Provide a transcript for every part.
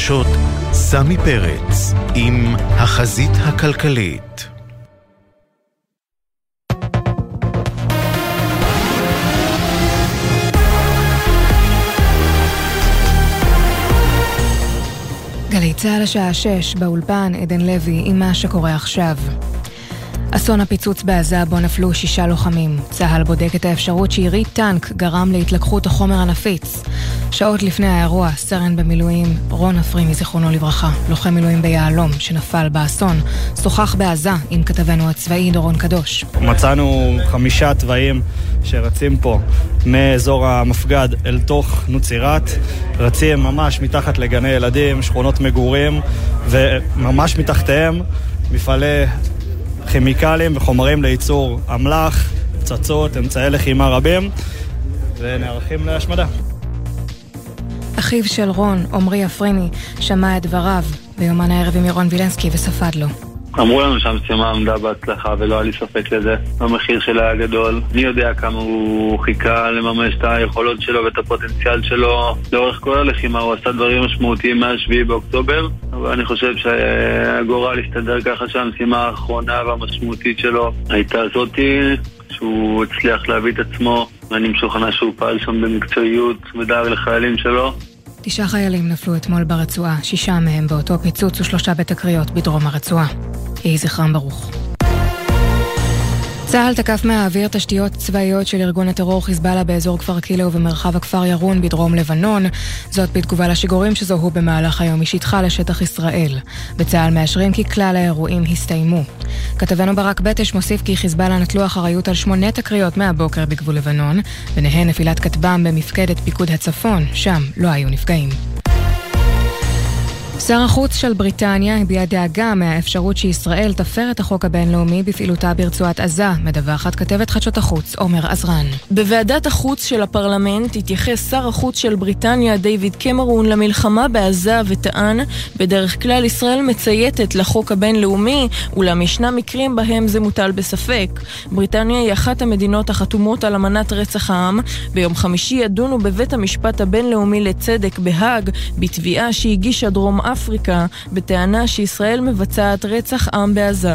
החדשות סמי פרץ עם החזית הכלכלית. גלי צהל השעה 6 באולפן עדן לוי עם מה שקורה עכשיו. אסון הפיצוץ בעזה בו נפלו 6 לוחמים. צהל בודק את האפשרות שירית טנק גרם להתלקחות החומר הנפיץ. שעות לפני האירוע, סרן במילואים רון אפריני זיכרונו לברכה, לוחם מילואים ביעלום שנפל באסון, שוחח בעזה עם כתבנו הצבאי דורון קדוש. מצאנו 5 צבאים שרצים פה מאזור המפגד אל תוך נוצירת, רצים ממש מתחת לגני ילדים, שכונות מגורים, וממש מתחתיהם מפעלי כימיקלים וחומרים לייצור אמל"ח, פצצות, אמצעי לחימה רבים, ונערכים להשמדה. אחיו של רון, עמרי אפריני, שמע את דבריו ביומן הערב עם ירון וילנסקי וספד לו. אמרו לנו שהמשימה עמדה בהצלחה ולא היה לי ספק לזה. המחיר שלה היה גדול. אני יודע כמה הוא חיכה לממש את היכולות שלו ואת הפוטנציאל שלו. לאורך כל הלחימה הוא עשה דברים משמעותיים מה-7 באוקטובר, אבל אני חושב שהגורל הסתדר ככה שהמשימה האחרונה והמשמעותית שלו הייתה זאתי, שהוא הצליח להביא את עצמו, ואני משוכנע שהוא פעל שם במקצועיות ודאג לחיילים שלו. 9 חיילים נפלו אתמול ברצועה, 6 מהם באותו פיצוץ ו3 בתקריות בדרום הרצועה. יהי זכרם ברוך. צה"ל תקף מהאוויר תשתיות צבאיות של ארגון הטרור חיזבאללה באזור כפר קילא ובמרחב הכפר ירון בדרום לבנון, זאת בתגובה לשיגורים שזוהו במהלך היום משטחה לשטח ישראל. בצה"ל מאשרים כי כלל האירועים הסתיימו. כתבנו ברק בטש מוסיף כי חיזבאללה נטלו אחריות על 8 תקריות מהבוקר בגבול לבנון, ביניהן נפילת כטב"ם במפקדת פיקוד הצפון, שם לא היו נפגעים. שר החוץ של בריטניה הביע דאגה מהאפשרות שישראל תפר את החוק הבינלאומי בפעילותה ברצועת עזה, מדווחת כתבת חדשות החוץ עומר עזרן. בוועדת החוץ של הפרלמנט התייחס שר החוץ של בריטניה דיוויד קמרון למלחמה בעזה וטען, בדרך כלל ישראל מצייתת לחוק הבינלאומי, אולם ישנם מקרים בהם זה מוטל בספק. בריטניה היא אחת המדינות החתומות על אמנת רצח העם. ביום חמישי ידונו בבית המשפט הבינלאומי לצדק בהאג בתביעה שהגישה דרום אפריקה בטענה שישראל מבצעת רצח עם בעזה.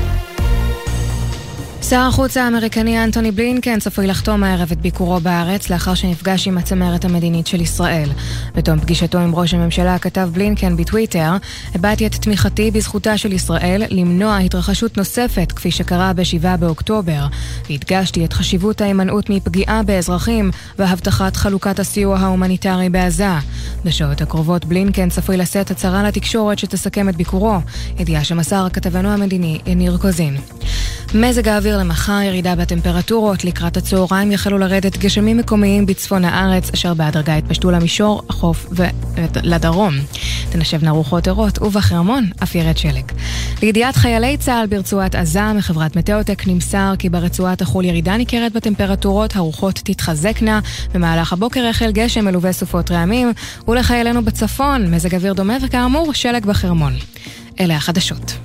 שר החוץ האמריקני אנטוני בלינקן צפוי לחתום הערב את ביקורו בארץ לאחר שנפגש עם הצמרת המדינית של ישראל. בתום פגישתו עם ראש הממשלה כתב בלינקן בטוויטר, הבעתי את תמיכתי בזכותה של ישראל למנוע התרחשות נוספת כפי שקרה ב7 באוקטובר, והדגשתי את חשיבות ההימנעות מפגיעה באזרחים והבטחת חלוקת הסיוע ההומניטרי בעזה. בשעות הקרובות בלינקן צפוי לשאת הצהרה לתקשורת שתסכם את ביקורו, ידיעה שמסר כתבנו המדיני יניר קוזין. מזג האוויר למחר, ירידה בטמפרטורות, לקראת הצהריים יחלו לרדת גשמים מקומיים בצפון הארץ, אשר בהדרגה התפשטו למישור, החוף ולדרום. תנשבנה רוחות ערות, ובחרמון אף ירד שלג. לידיעת חיילי צה"ל ברצועת עזה, מחברת מטאוטק נמסר כי ברצועה תחול ירידה ניכרת בטמפרטורות, הרוחות תתחזקנה, במהלך הבוקר החל גשם מלווה סופות רעמים, ולחיילינו בצפון, מזג אוויר דומה וכאמור שלג בחרמון. אלה החדשות.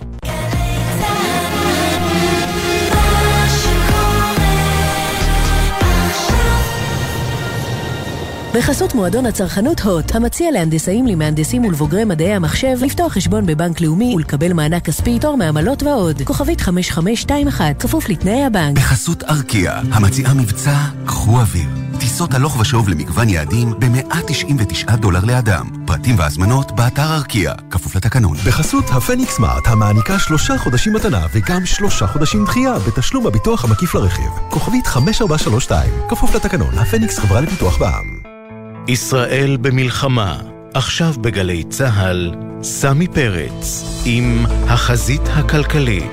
בחסות מועדון הצרכנות הוט, המציע להנדסאים, למהנדסים ולבוגרי מדעי המחשב לפתוח חשבון בבנק לאומי ולקבל מענק כספי, תור מעמלות ועוד. כוכבית 5521, כפוף לתנאי הבנק. בחסות ארקיע, המציעה מבצע קחו אוויר. טיסות הלוך ושוב למגוון יעדים $199 לאדם. פרטים והזמנות באתר ארקיע, כפוף לתקנון. בחסות הפניקס סמארט, המעניקה 3 חודשים מתנה וגם 3 חודשים דחייה בתשלום הביטוח המקיף לרכיב. כוכבית 5432, כפוף לתקנון. הפניקס חברה לפיתוח בע"מ. ישראל במלחמה, עכשיו בגלי צהל, סמי פרץ עם החזית הכלכלית.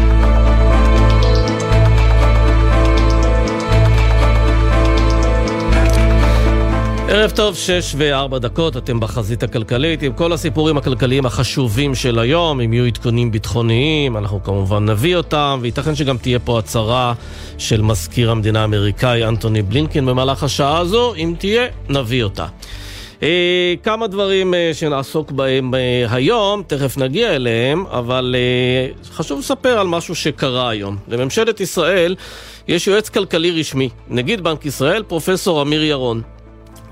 ערב טוב, 6:04, אתם בחזית הכלכלית עם כל הסיפורים הכלכליים החשובים של היום. אם יהיו עדכונים ביטחוניים אנחנו כמובן נביא אותם, וייתכן שגם תהיה פה הצהרה של מזכיר המדינה האמריקאי אנטוני בלינקן במהלך השעה הזו. אם תהיה נביא אותה. כמה דברים שנעסוק בהם היום, תכף נגיע אליהם, אבל חשוב לספר על משהו שקרה היום. לממשלת ישראל יש יועץ כלכלי רשמי, נגיד בנק ישראל פרופסור אמיר ירון.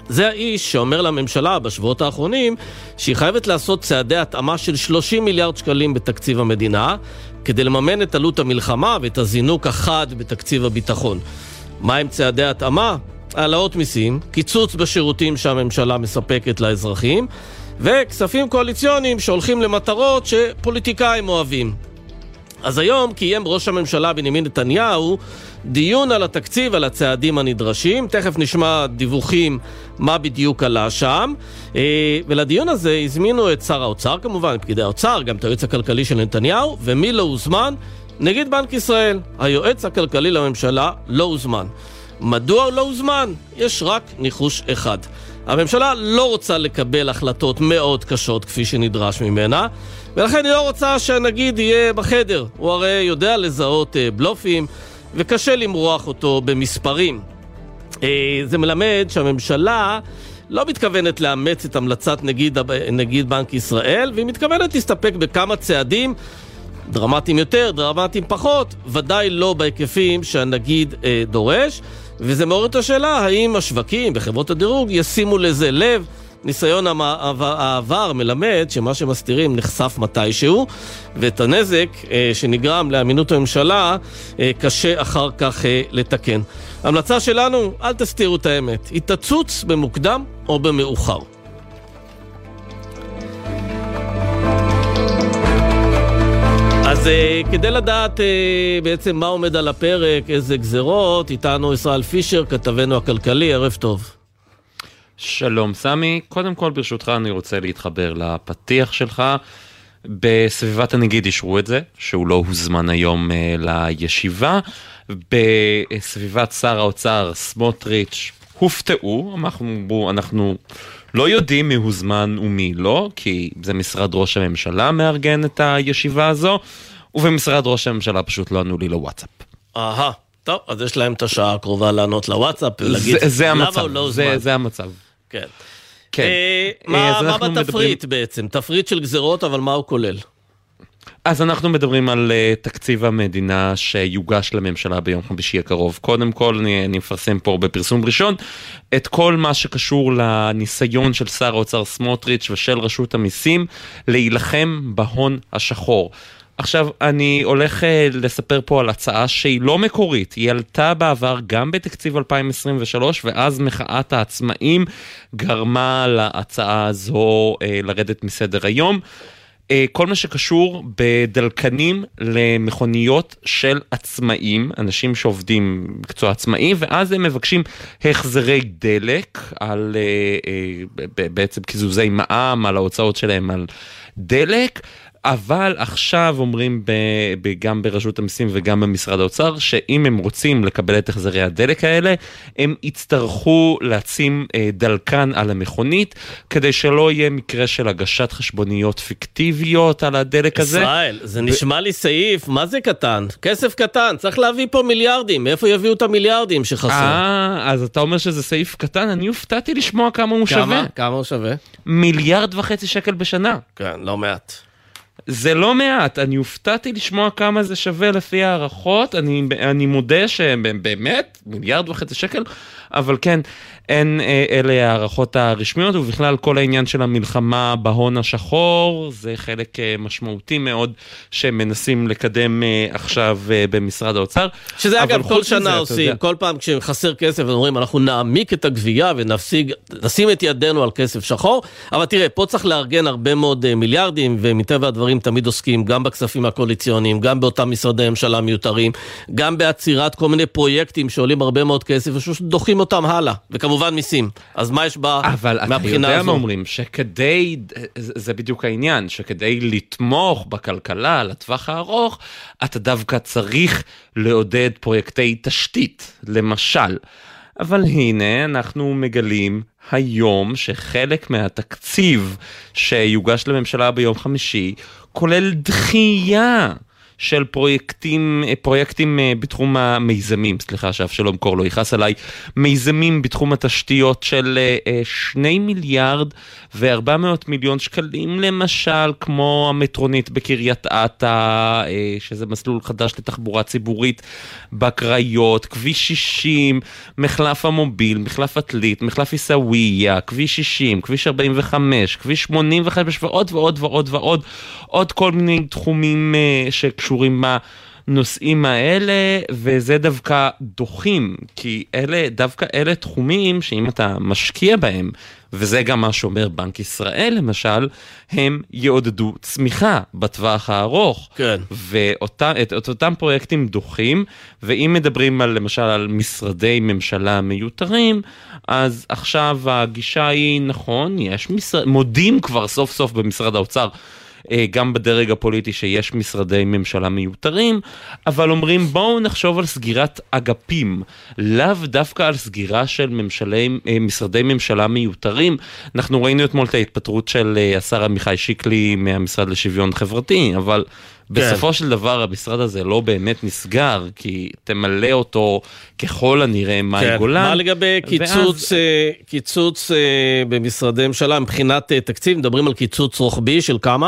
זה האיש שאומר לממשלה בשבועות האחרונים שהיא חייבת לעשות צעדי התאמה של 30 מיליארד שקלים בתקציב המדינה כדי לממן את עלות המלחמה ואת הזינוק החד בתקציב הביטחון. מה עם צעדי התאמה? העלאות מיסים, קיצוץ בשירותים שהממשלה מספקת לאזרחים וכספים קואליציוניים שהולכים למטרות שפוליטיקאים אוהבים. אז היום קיים ראש הממשלה בנימין נתניהו דיון על התקציב, על הצעדים הנדרשים. תכף נשמע דיווחים מה בדיוק עלה שם. ולדיון הזה הזמינו את שר האוצר, כמובן, פקידי האוצר, גם את היועץ הכלכלי של נתניהו, ומי לא הוזמן? נגיד בנק ישראל. היועץ הכלכלי לממשלה לא הוזמן. מדוע לא הוזמן? יש רק ניחוש אחד. הממשלה לא רוצה לקבל החלטות מאוד קשות כפי שנדרש ממנה, ולכן היא לא רוצה שהנגיד יהיה בחדר. הוא הרי יודע לזהות בלופים, וקשה למרוח אותו במספרים. זה מלמד שהממשלה לא מתכוונת לאמץ את המלצת נגיד בנק ישראל, והיא מתכוונת להסתפק בכמה צעדים, דרמטיים יותר, דרמטיים פחות, ודאי לא בהיקפים שהנגיד דורש, וזה מעורר את השאלה האם השווקים וחברות הדירוג ישימו לזה לב. ניסיון העבר מלמד שמה שמסתירים נחשף מתישהו, ואת הנזק שנגרם לאמינות הממשלה קשה אחר כך לתקן. ההמלצה שלנו, אל תסתירו את האמת, היא תצוץ במוקדם או במאוחר. אז כדי לדעת בעצם מה עומד על הפרק, איזה גזרות, איתנו ישראל פישר, כתבנו הכלכלי. ערב טוב. שלום סמי, קודם כל ברשותך אני רוצה להתחבר לפתיח שלך. בסביבת הנגיד אישרו את זה, שהוא לא הוזמן היום לישיבה. בסביבת שר האוצר סמוטריץ' הופתעו, אנחנו לא יודעים מי הוזמן ומי לא, כי זה משרד ראש הממשלה מארגן את הישיבה הזו, ובמשרד ראש הממשלה פשוט לא ענו לי לוואטסאפ. טוב, אז יש להם את השעה הקרובה לענות לוואטסאפ ולהגיד למה הוא לא הוזמן. זה המצב. כן. מה בתפריט בעצם? תפריט של גזרות, אבל מה הוא כולל? אז אנחנו מדברים על תקציב המדינה שיוגש לממשלה ביום חמישי הקרוב. קודם כל אני מפרסם פה בפרסום ראשון את כל מה שקשור לניסיון של שר האוצר סמוטריץ' ושל רשות המיסים להילחם בהון השחור. עכשיו אני הולך לספר פה על הצעה שהיא לא מקורית, היא עלתה בעבר גם בתקציב 2023 ואז מחאת העצמאים גרמה להצעה הזו לרדת מסדר היום. כל מה שקשור בדלקנים למכוניות של עצמאים, אנשים שעובדים מקצוע עצמאי, ואז הם מבקשים החזרי דלק על בעצם קיזוזי מע"מ על ההוצאות שלהם על דלק. אבל עכשיו אומרים גם ברשות המיסים וגם במשרד האוצר, שאם הם רוצים לקבל את החזרי הדלק האלה, הם יצטרכו להשים דלקן על המכונית, כדי שלא יהיה מקרה של הגשת חשבוניות פיקטיביות על הדלק הזה. ישראל, זה נשמע לי סעיף, מה זה קטן? כסף קטן, צריך להביא פה מיליארדים, מאיפה יביאו את המיליארדים שחסר? אז אתה אומר שזה סעיף קטן, אני הופתעתי לשמוע כמה הוא שווה. כמה הוא שווה? 1.5 מיליארד שקל בשנה. כן, לא מעט. זה לא מעט, אני הופתעתי לשמוע כמה זה שווה לפי הערכות, אני מודה שבאמת 1.5 מיליארד שקל, אבל כן, אלה הערכות הרשמיות, ובכלל כל העניין של המלחמה בהון השחור, זה חלק משמעותי מאוד שמנסים לקדם עכשיו במשרד האוצר. שזה אגב כל שנה עושים, כל פעם כשחסר כסף, אומרים אנחנו נעמיק את הגבייה ונשים את ידינו על כסף שחור, אבל תראה, פה צריך לארגן הרבה מאוד מיליארדים, ומטבע הדברים תמיד עוסקים גם בכספים הקואליציוניים, גם באותם משרדי ממשלה מיותרים, גם בעצירת כל מיני פרויקטים שעולים הרבה מאוד כסף, ושדוחים אותם הלאה, וכמובן מיסים. אז מה יש בה מהבחינה הזו? אבל אתה יודע מה אומרים, שכדי, זה בדיוק העניין, שכדי לתמוך בכלכלה לטווח הארוך, אתה דווקא צריך לעודד פרויקטי תשתית, למשל. אבל הנה אנחנו מגלים היום שחלק מהתקציב שיוגש לממשלה ביום חמישי, כולל דחייה של פרויקטים בתחום המיזמים, סליחה שאבשלום קור לא יכעס עליי, מיזמים בתחום התשתיות של 2 מיליארד ו400 מיליון שקלים, למשל כמו המטרונית בקריית אתא, שזה מסלול חדש לתחבורה ציבורית בקריות, כביש 60, מחלף המוביל, מחלף עתלית, מחלף עיסאוויה, כביש 60, כביש 45, כביש 85 ועוד ועוד ועוד ועוד, עוד כל מיני תחומים שקשורים בנושאים האלה, וזה דווקא דוחים, כי דווקא אלה תחומים שאם אתה משקיע בהם, וזה גם מה שאומר בנק ישראל למשל, הם יעודדו צמיחה בטווח הארוך. כן. ואת אותם פרויקטים דוחים, ואם מדברים למשל על משרדי ממשלה מיותרים, אז עכשיו הגישה היא נכון, מודים כבר סוף סוף במשרד האוצר, גם בדרג הפוליטי שיש משרדי ממשלה מיותרים, אבל אומרים בואו נחשוב על סגירת אגפים, לאו דווקא על סגירה של משרדי ממשלה מיותרים. אנחנו ראינו אתמול את ההתפטרות של השר עמיחי שיקלי מהמשרד לשוויון חברתי, אבל בסופו של דבר המשרד הזה לא באמת נסגר, כי תמלא אותו ככל הנראה מאי גולן. מה לגבי קיצוץ במשרדי ממשלה מבחינת תקציב? מדברים על קיצוץ רוחבי של כמה?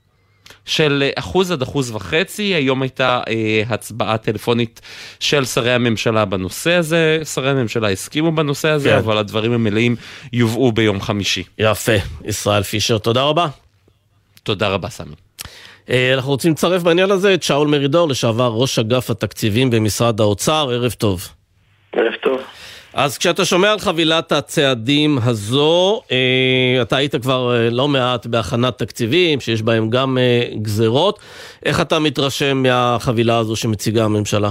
של 1% עד 1.5%. היום הייתה הצבעה טלפונית של שרי הממשלה בנושא הזה, שרי הממשלה הסכימו בנושא הזה, כן. אבל הדברים המלאים יובאו ביום חמישי. יפה, ישראל פישר, תודה רבה. תודה רבה סמי. אנחנו רוצים לצרף בעניין הזה את שאול מרידור, לשעבר ראש אגף התקציבים במשרד האוצר. ערב טוב. ערב טוב. אז כשאתה שומע על חבילת הצעדים הזו, אתה היית כבר לא מעט בהכנת תקציבים, שיש בהם גם גזרות. איך אתה מתרשם מהחבילה הזו שמציגה הממשלה?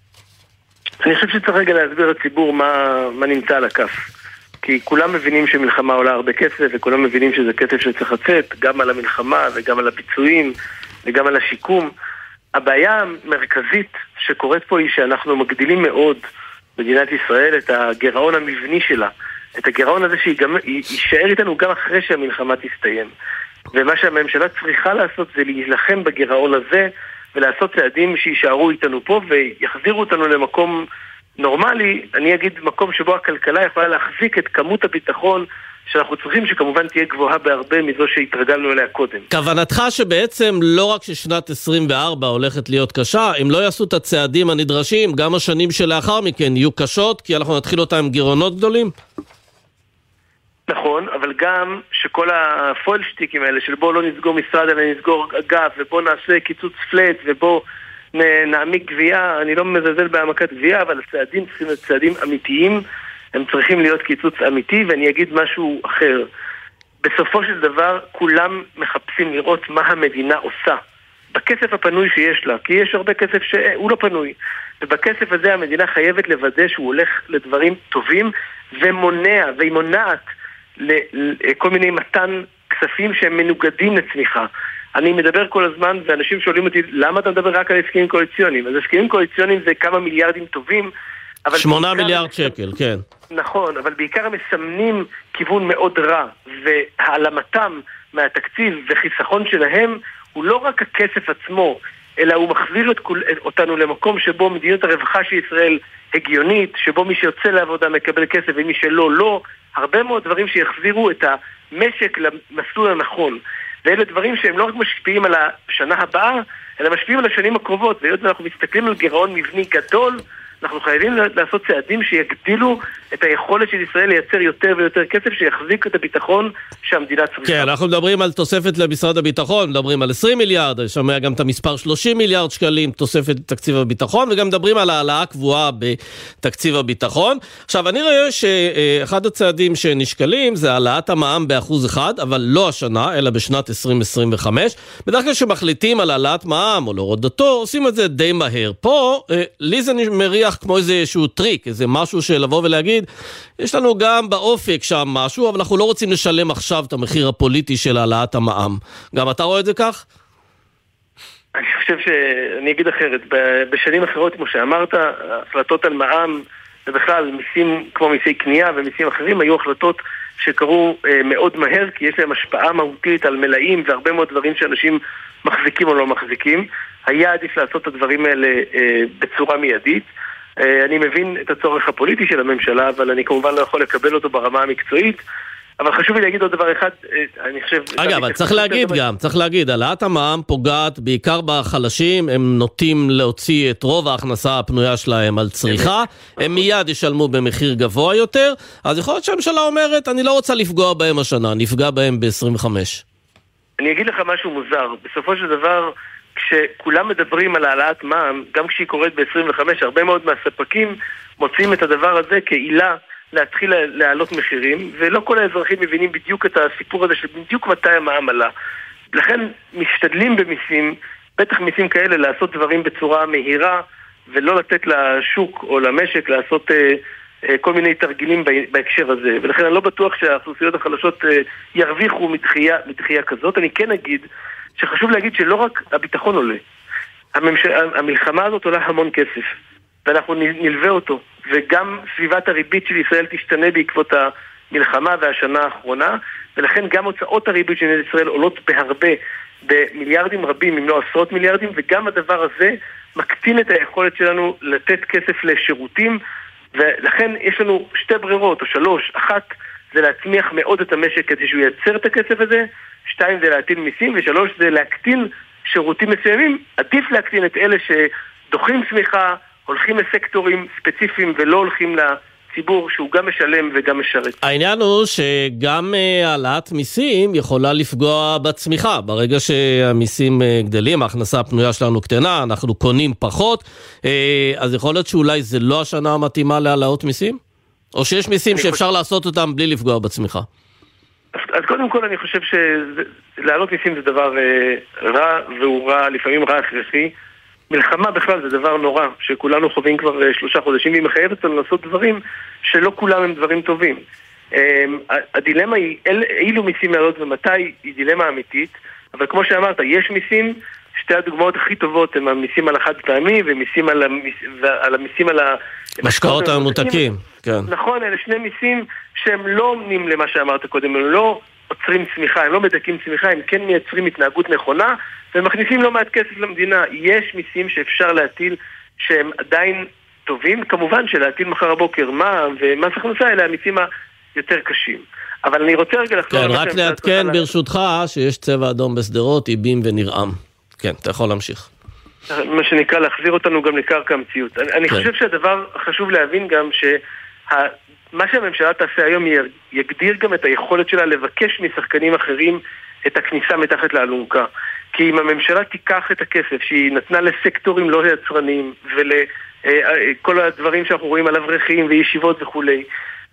אני חושב שצריך רגע להסביר לציבור מה נמצא על הכף. כי כולם מבינים שמלחמה עולה הרבה כסף, וכולם מבינים שזה כסף שצריך לצאת, גם על המלחמה וגם על הפיצויים וגם על השיקום. הבעיה המרכזית שקורית פה היא שאנחנו מגדילים מאוד מדינת ישראל את הגירעון המבני שלה, את הגירעון הזה שישאר איתנו גם אחרי שהמלחמה תסתיים. ומה שהממשלה צריכה לעשות זה להילחם בגירעון הזה ולעשות צעדים שישארו איתנו פה ויחזירו אותנו למקום נורמלי, אני אגיד מקום שבו הכלכלה יכולה להחזיק את כמות הביטחון שאנחנו צריכים, שכמובן תהיה גבוהה בהרבה מזו שהתרגלנו אליה קודם. כוונתך שבעצם לא רק ששנת 24 הולכת להיות קשה, אם לא יעשו את הצעדים הנדרשים, גם השנים שלאחר מכן יהיו קשות, כי אנחנו נתחיל אותם עם גירעונות גדולים? נכון, אבל גם שכל הפוילשטיקים האלה של בוא לא נסגור משרד אלא נסגור אגף, ובוא נעשה קיצוץ פלט, ובוא נעמיק גבייה, אני לא מזלזל בהעמקת גבייה, אבל הצעדים צריכים להיות צעדים אמיתיים, הם צריכים להיות קיצוץ אמיתי, ואני אגיד משהו אחר. בסופו של דבר, כולם מחפשים לראות מה המדינה עושה. בכסף הפנוי שיש לה, כי יש הרבה כסף שהוא לא פנוי. ובכסף הזה המדינה חייבת לוודא שהוא הולך לדברים טובים, והיא מונעת לכל מיני מתן כספים שהם מנוגדים לצמיחה. אני מדבר כל הזמן, ואנשים שואלים אותי, למה אתה מדבר רק על הסכמים קואליציוניים? אז הסכמים קואליציוניים זה כמה מיליארדים טובים, 8 מיליארד שקל, כן. נכון, אבל בעיקר הם מסמנים כיוון מאוד רע, והעלמתם מהתקציב וחיסכון שלהם הוא לא רק הכסף עצמו, אלא הוא מחזיר אותנו למקום שבו מדיניות הרווחה של ישראל הגיונית, שבו מי שיוצא לעבודה מקבל כסף ומי שלא, לא. הרבה מאוד דברים שיחזירו את המשק למסלול הנכון. ואלה דברים שהם לא רק משפיעים על השנה הבאה, אלא משפיעים על השנים הקרובות. והיות ואנחנו מסתכלים על גירעון מבני גדול, אנחנו חייבים לעשות צעדים שיגדילו את היכולת של ישראל לייצר יותר ויותר כסף שיחזיק את הביטחון שהמדינה צריכה. כן, אנחנו מדברים על תוספת למשרד הביטחון, מדברים על 20 מיליארד, שומע גם את המספר 30 מיליארד שקלים תוספת לתקציב הביטחון, וגם מדברים על העלאה קבועה בתקציב הביטחון. עכשיו, אני רואה שאחד הצעדים שנשקלים זה העלאת המע"מ ב1%, אבל לא השנה, אלא בשנת 2025. בדרך כלל שמחליטים על העלאת מע"מ או להורדתו, עושים את זה די מהר. פה, לי זה מריח כמו איזשהו טריק, איזה משהו שלבוא ולהגיד, יש לנו גם באופק שם משהו, אבל אנחנו לא רוצים לשלם עכשיו את המחיר הפוליטי של העלאת המע"מ. גם אתה רואה את זה כך? אני חושב שאני אגיד אחרת. בשנים אחרות, כמו שאמרת, החלטות על מע"מ, ובכלל מיסים כמו מיסי קנייה ומיסים אחרים, היו החלטות שקרו מאוד מהר, כי יש להם השפעה מהותית על מלאים והרבה מאוד דברים שאנשים מחזיקים או לא מחזיקים. היה עדיף לעשות את הדברים האלה בצורה מיידית. אני מבין את הצורך הפוליטי של הממשלה, אבל אני כמובן לא יכול לקבל אותו ברמה המקצועית. אבל חשוב לי להגיד עוד דבר אחד, אני חושב... אגב, אבל צריך להגיד, העלאת המע"מ פוגעת בעיקר בחלשים, הם נוטים להוציא את רוב ההכנסה הפנויה שלהם על צריכה, הם מיד ישלמו במחיר גבוה יותר, אז יכול להיות שהממשלה אומרת, אני לא רוצה לפגוע בהם השנה, נפגע בהם ב-25. אני אגיד לך משהו מוזר, בסופו של דבר, כשכולם מדברים על העלאת מע"מ, גם כשהיא קורית ב-25, הרבה מאוד מהספקים מוצאים את הדבר הזה כעילה להתחיל להעלות מחירים, ולא כל האזרחים מבינים בדיוק את הסיפור הזה של בדיוק מתי המע"מ עלה. לכן משתדלים במיסים, בטח מיסים כאלה, לעשות דברים בצורה מהירה, ולא לתת לשוק או למשק לעשות כל מיני תרגילים בהקשר הזה. ולכן אני לא בטוח שהאוכלוסיות החלשות ירוויחו מדחייה כזאת. אני כן אגיד שחשוב להגיד שלא רק הביטחון עולה. המלחמה הזאת עולה המון כסף, ואנחנו נלווה אותו. וגם סביבת הריבית של ישראל תשתנה בעקבות המלחמה והשנה האחרונה, ולכן גם הוצאות הריבית של ישראל עולות בהרבה, במיליארדים רבים, אם לא עשרות מיליארדים, וגם הדבר הזה מקטין את היכולת שלנו לתת כסף לשירותים, ולכן יש לנו שתי ברירות, או שלוש. אחת זה להצמיח מאוד את המשק כדי שהוא ייצר את הכסף הזה, שתיים זה להטיל מיסים, ושלוש זה להקטין שירותים מסוימים. עדיף להקטין את אלה שדוחים צמיחה, הולכים לסקטורים ספציפיים ולא הולכים לציבור שהוא גם משלם וגם משרת. העניין הוא שגם העלאת מיסים יכולה לפגוע בצמיחה. ברגע שהמיסים גדלים, ההכנסה הפנויה שלנו קטנה, אנחנו קונים פחות, אז יכול להיות שאולי זה לא השנה המתאימה להעלאות מיסים? או שיש מיסים שאפשר לעשות אותם בלי לפגוע בצמיחה? אז קודם כל אני חושב שלהעלות מיסים זה דבר רע, והוא רע, לפעמים רע הכרחי. מלחמה בכלל זה דבר נורא, שכולנו חווים כבר 3 חודשים, והיא מחייבת לנו לעשות דברים שלא כולם הם דברים טובים. הדילמה היא, אילו מיסים להעלות ומתי, היא דילמה אמיתית, אבל כמו שאמרת, יש מיסים, שתי הדוגמאות הכי טובות הם המיסים על החד פעמי, ומיסים על המיסים על משקאות הממותקים. כן. נכון, אלה שני מיסים שהם לא עומדים למה שאמרת קודם, הם לא עוצרים צמיחה, הם לא מדקים צמיחה, הם כן מייצרים התנהגות נכונה, ומכניסים לא מעט כסף למדינה. יש מיסים שאפשר להטיל שהם עדיין טובים, כמובן שלהטיל מחר הבוקר מע"מ ומס הכנסה, אלה המיסים היותר קשים. אבל אני רוצה רגע לחזור... כן, רק לעדכן ברשותך שיש צבע אדום בסדרות, איבים ונרעם. כן, אתה יכול להמשיך. מה שנקרא להחזיר אותנו גם לקרקע המציאות. אני חושב שהדבר חשוב להבין גם מה שהממשלה תעשה היום יגדיר גם את היכולת שלה לבקש משחקנים אחרים את הכניסה מתחת לאלונקה. כי אם הממשלה תיקח את הכסף שהיא נתנה לסקטורים לא יצרניים ולכל הדברים שאנחנו רואים על אברכים וישיבות וכולי,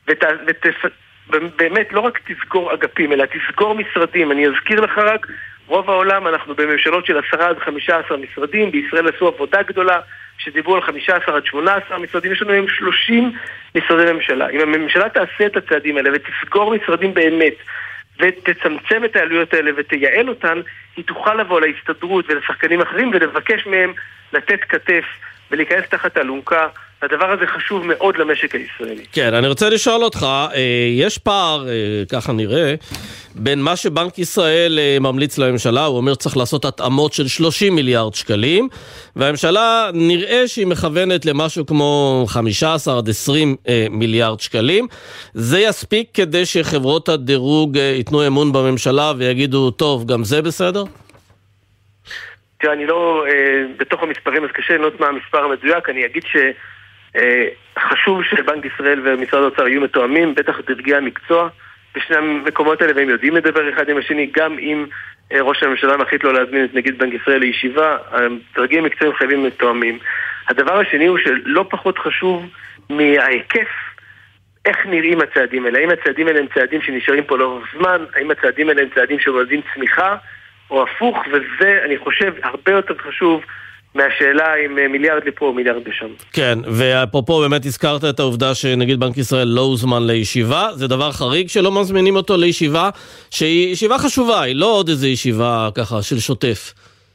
באמת לא רק תסגור אגפים אלא תסגור משרדים. אני אזכיר לך רק, רוב העולם אנחנו בממשלות של 10 עד 15 משרדים, בישראל עשו עבודה גדולה שדיברו על 15 עד 18 משרדים, יש לנו היום 30 משרדי ממשלה. אם הממשלה תעשה את הצעדים האלה ותסגור משרדים באמת ותצמצם את העלויות האלה ותייעל אותן, היא תוכל לבוא להסתדרות ולשחקנים אחרים ולבקש מהם לתת כתף ולהיכנס תחת אלונקה. הדבר הזה חשוב מאוד למשק הישראלי. כן, אני רוצה לשאול אותך, יש פער, ככה נראה, בין מה שבנק ישראל ממליץ לממשלה, הוא אומר צריך לעשות התאמות של 30 מיליארד שקלים, והממשלה נראה שהיא מכוונת למשהו כמו 15 עד 20 מיליארד שקלים. זה יספיק כדי שחברות הדירוג ייתנו אמון בממשלה ויגידו, טוב, גם זה בסדר? תראה, אני לא בתוך המספרים, אז קשה לנות מה המספר המדויק. אני אגיד שחשוב שבנק ישראל ומשרד האוצר יהיו מתואמים, בטח דרגי המקצוע בשני המקומות האלה, והם יודעים לדבר אחד עם השני. גם אם ראש הממשלה מחליט לא להזמין את נגיד בנק ישראל לישיבה, הדרגי המקצועיים חייבים מתואמים. הדבר השני הוא שלא פחות חשוב מההיקף, איך נראים הצעדים האלה. האם הצעדים האלה הם צעדים שנשארים פה לאורך זמן, האם הצעדים האלה הם צעדים שמולדים צמיחה או הפוך, וזה אני חושב הרבה יותר חשוב מהשאלה אם מיליארד לפה או מיליארד לשם. כן, ואפרופו באמת הזכרת את העובדה שנגיד בנק ישראל לא הוזמן לישיבה, זה דבר חריג שלא מזמינים אותו לישיבה, שהיא ישיבה חשובה, היא לא עוד איזו ישיבה ככה של שוטף.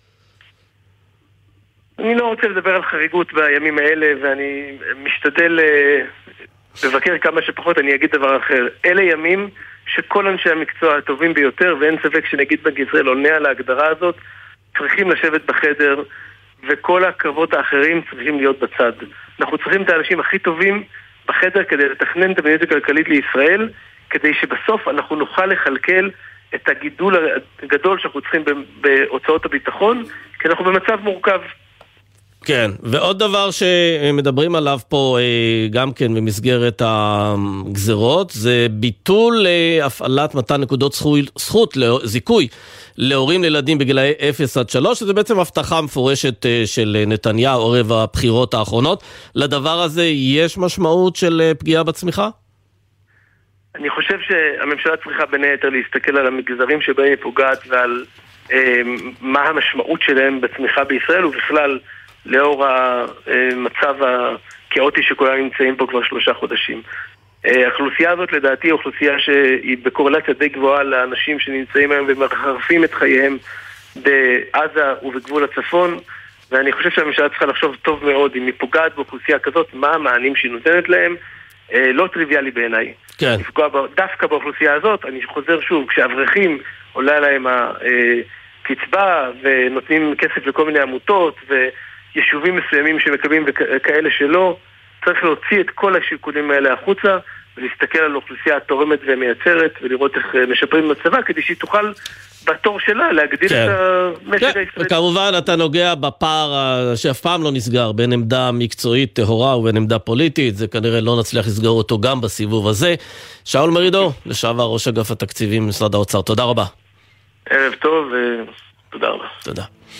אני לא רוצה לדבר על חריגות בימים האלה, ואני משתדל לבקר כמה שפחות. אני אגיד דבר אחר. אלה ימים שכל אנשי המקצוע הטובים ביותר, ואין ספק שנגיד בנק ישראל עונה על ההגדרה הזאת, צריכים לשבת בחדר, וכל הקרבות האחרים צריכים להיות בצד. אנחנו צריכים את האנשים הכי טובים בחדר כדי לתכנן את המדיניות הכלכלית לישראל, כדי שבסוף אנחנו נוכל לחלקל את הגידול הגדול שאנחנו צריכים בהוצאות הביטחון, כי אנחנו במצב מורכב. כן, ועוד דבר שמדברים עליו פה גם כן במסגרת הגזרות, זה ביטול הפעלת מתן נקודות זכות זיכוי להורים לילדים בגילאי 0 עד 3, שזה בעצם הבטחה מפורשת של נתניהו ערב הבחירות האחרונות. לדבר הזה יש משמעות של פגיעה בצמיחה? אני חושב שהממשלה צריכה בין היתר להסתכל על המגזרים שבהם היא פוגעת ועל מה המשמעות שלהם בצמיחה בישראל, ובכלל לאור המצב הכאוטי שכולם נמצאים פה כבר 3 חודשים. האוכלוסייה הזאת לדעתי היא אוכלוסייה שהיא בקורלציה די גבוהה לאנשים שנמצאים היום ומחרפים את חייהם בעזה ובגבול הצפון, ואני חושב שהממשלה צריכה לחשוב טוב מאוד אם היא פוגעת באוכלוסייה כזאת, מה המענים שהיא נותנת להם. לא טריוויאלי בעיניי. כן. לפגוע דווקא באוכלוסייה הזאת, אני חוזר שוב, כשאברכים עולה להם הקצבה ונותנים כסף לכל מיני עמותות ויישובים מסוימים שמקבלים וכאלה שלא, צריך להוציא את כל השיקולים האלה החוצה ולהסתכל על אוכלוסייה תורמת ומייצרת ולראות איך משפרים מצבה כדי שהיא תוכל בתור שלה להגדיל את המשק הישראלי. וכמובן אתה נוגע בפער שאף פעם לא נסגר בין עמדה מקצועית טהורה ובין עמדה פוליטית, זה כנראה לא נצליח לסגור אותו גם בסיבוב הזה. שאול מרידור, לשעבר ראש אגף התקציבים במשרד האוצר, תודה רבה. ערב טוב ותודה רבה. תודה.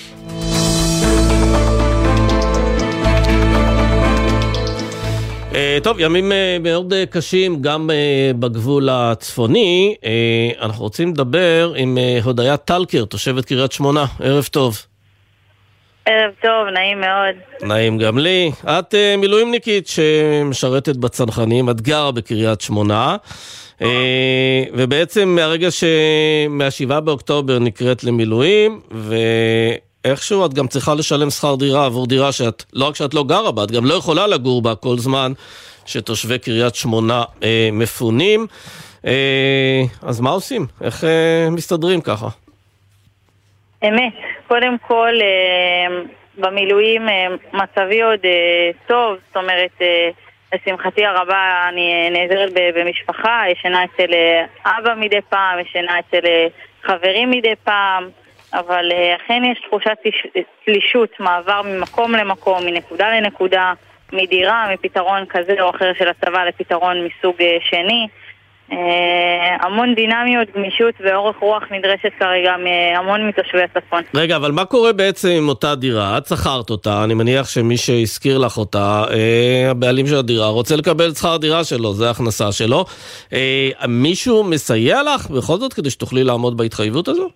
טוב, ימים מאוד קשים גם בגבול הצפוני. אנחנו רוצים לדבר עם הודיה טלקר, תושבת קריית שמונה. ערב טוב. ערב טוב, נעים מאוד. נעים גם לי. את מילואימניקית שמשרתת בצנחנים, את גרה בקריית שמונה, ובעצם מהרגע מה-7 באוקטובר נקראת למילואים, איכשהו את גם צריכה לשלם שכר דירה עבור דירה שאת, לא רק שאת לא גרה בה, את גם לא יכולה לגור בה כל זמן שתושבי קריית שמונה מפונים. אז מה עושים? איך מסתדרים ככה? אמת, קודם כל במילואים מצבי עוד טוב, זאת אומרת לשמחתי הרבה אני נעזרת במשפחה, ישנה אצל אבא מדי פעם, ישנה אצל חברים מדי פעם, אבל אכן יש תחושת תלישות, מעבר ממקום למקום, מנקודה לנקודה, מדירה, מפתרון כזה או אחר של הצבא לפתרון מסוג שני. המון דינמיות, גמישות ואורך רוח נדרשת כרגע מהמון מתושבי הצפון. רגע, אבל מה קורה בעצם עם אותה דירה? את שכרת אותה, אני מניח שמי שהזכיר לך אותה, הבעלים של הדירה, רוצה לקבל את שכר הדירה שלו, זה ההכנסה שלו. מישהו מסייע לך בכל זאת כדי שתוכלי לעמוד בהתחייבות הזו?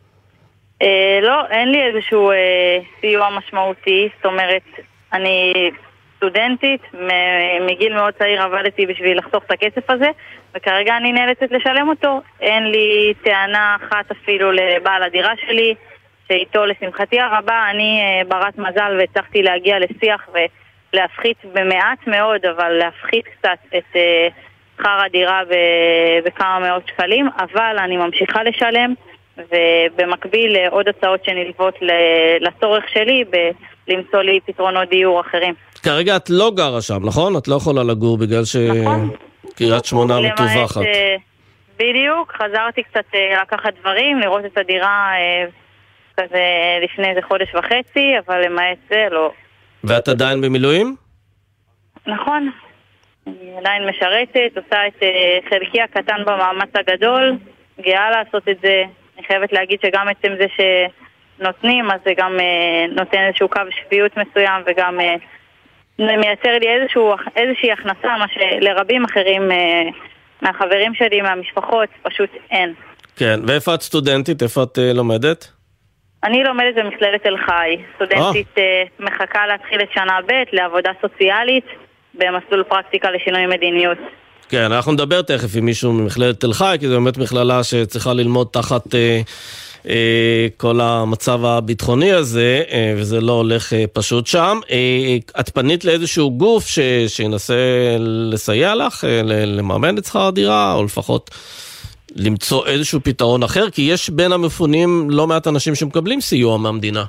לא, אין לי איזשהו סיוע משמעותי, זאת אומרת, אני סטודנטית, מגיל מאוד צעיר עבדתי בשביל לחסוך את הכסף הזה, וכרגע אני נאלצת לשלם אותו. אין לי טענה אחת אפילו לבעל הדירה שלי, שאיתו לשמחתי הרבה אני ברת מזל והצלחתי להגיע לשיח ולהפחית במעט מאוד, אבל להפחית קצת את שכר הדירה בכמה מאות שקלים, אבל אני ממשיכה לשלם, ובמקביל עוד הצעות שנלוות לצורך שלי למצוא לי פתרונות דיור אחרים. כרגע את לא גרה שם, נכון? את לא יכולה לגור בגלל שקריית שמונה מטווחת. בדיוק, חזרתי קצת לקחת דברים, לראות את הדירה כזה לפני איזה חודש וחצי, אבל למעט זה לא. ואת עדיין במילואים? נכון, אני עדיין משרתת, עושה את חלקי הקטן במאמץ הגדול, גאה לעשות את זה. אני חייבת להגיד שגם עצם זה שנותנים, אז זה גם נותן איזשהו קו שפיות מסוים, וגם מייצר לי איזושהי הכנסה, מה שלרבים אחרים מהחברים שלי, מהמשפחות, פשוט אין. כן, ואיפה את סטודנטית? איפה את לומדת? אני לומדת במכללת תל חי, סטודנטית מחכה להתחיל את שנה ב' לעבודה סוציאלית במסלול פרקטיקה לשינוי מדיניות. כן, אנחנו נדבר תכף עם מישהו ממכללת תל חי, כי זו באמת מכללה שצריכה ללמוד תחת כל המצב הביטחוני הזה, וזה לא הולך פשוט שם. את פנית לאיזשהו גוף שינסה לסייע לך, לממן את שכר הדירה, או לפחות למצוא איזשהו פתרון אחר, כי יש בין המפונים לא מעט אנשים שמקבלים סיוע מהמדינה.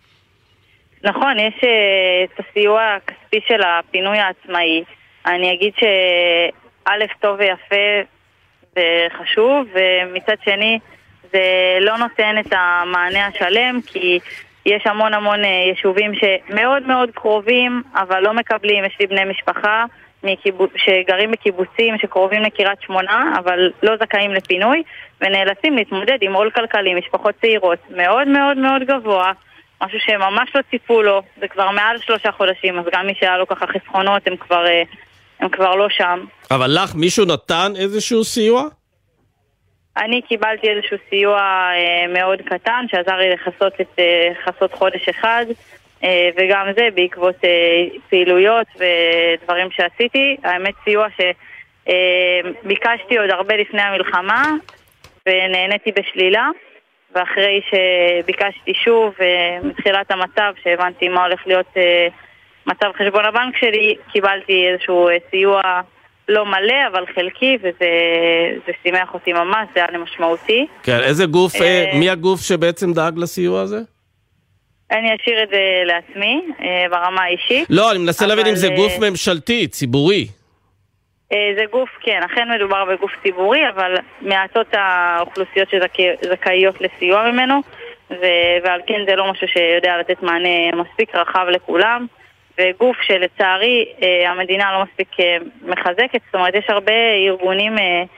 נכון, יש את הסיוע הכספי של הפינוי העצמאי. אני אגיד שא' טוב ויפה וחשוב, ומצד שני זה לא נותן את המענה השלם, כי יש המון יישובים שמאוד מאוד קרובים, אבל לא מקבלים. יש לי בני משפחה שגרים בקיבוצים שקרובים לקריית שמונה, אבל לא זכאים לפינוי, ונאלצים להתמודד עם עול כלכלי, משפחות צעירות, מאוד מאוד מאוד גבוה, משהו שממש לא ציפו לו, זה כבר מעל 3 חודשים, אז גם מי שהיה לו ככה חסכונות, הם כבר לא שם. אבל לך מישהו נתן איזשהו סיוע? אני קיבלתי איזשהו סיוע מאוד קטן, שעזר לי לחסות חודש אחד, וגם זה בעקבות פעילויות ודברים שעשיתי. האמת סיוע שביקשתי עוד הרבה לפני המלחמה, ונהניתי בשלילה, ואחרי שביקשתי שוב מתחילת המצב, שהבנתי מה הולך להיות מצב חשבון הבנק שלי, קיבלתי איזשהו סיוע לא מלא, אבל חלקי, וזה שימח אותי ממש, זה היה משמעותי. כן, איזה גוף, מי הגוף שבעצם דאג לסיוע הזה? אני אשאיר את זה לעצמי, ברמה האישית. לא, אני מנסה להבין אם זה גוף ממשלתי, ציבורי. זה גוף, כן, אכן מדובר בגוף ציבורי, אבל מעטות האוכלוסיות שזכאיות לסיוע ממנו, ועל כן זה לא משהו שיודע לתת מענה מספיק רחב לכולם, וגוף שלצערי המדינה לא מספיק מחזקת. זאת אומרת, יש הרבה ארגונים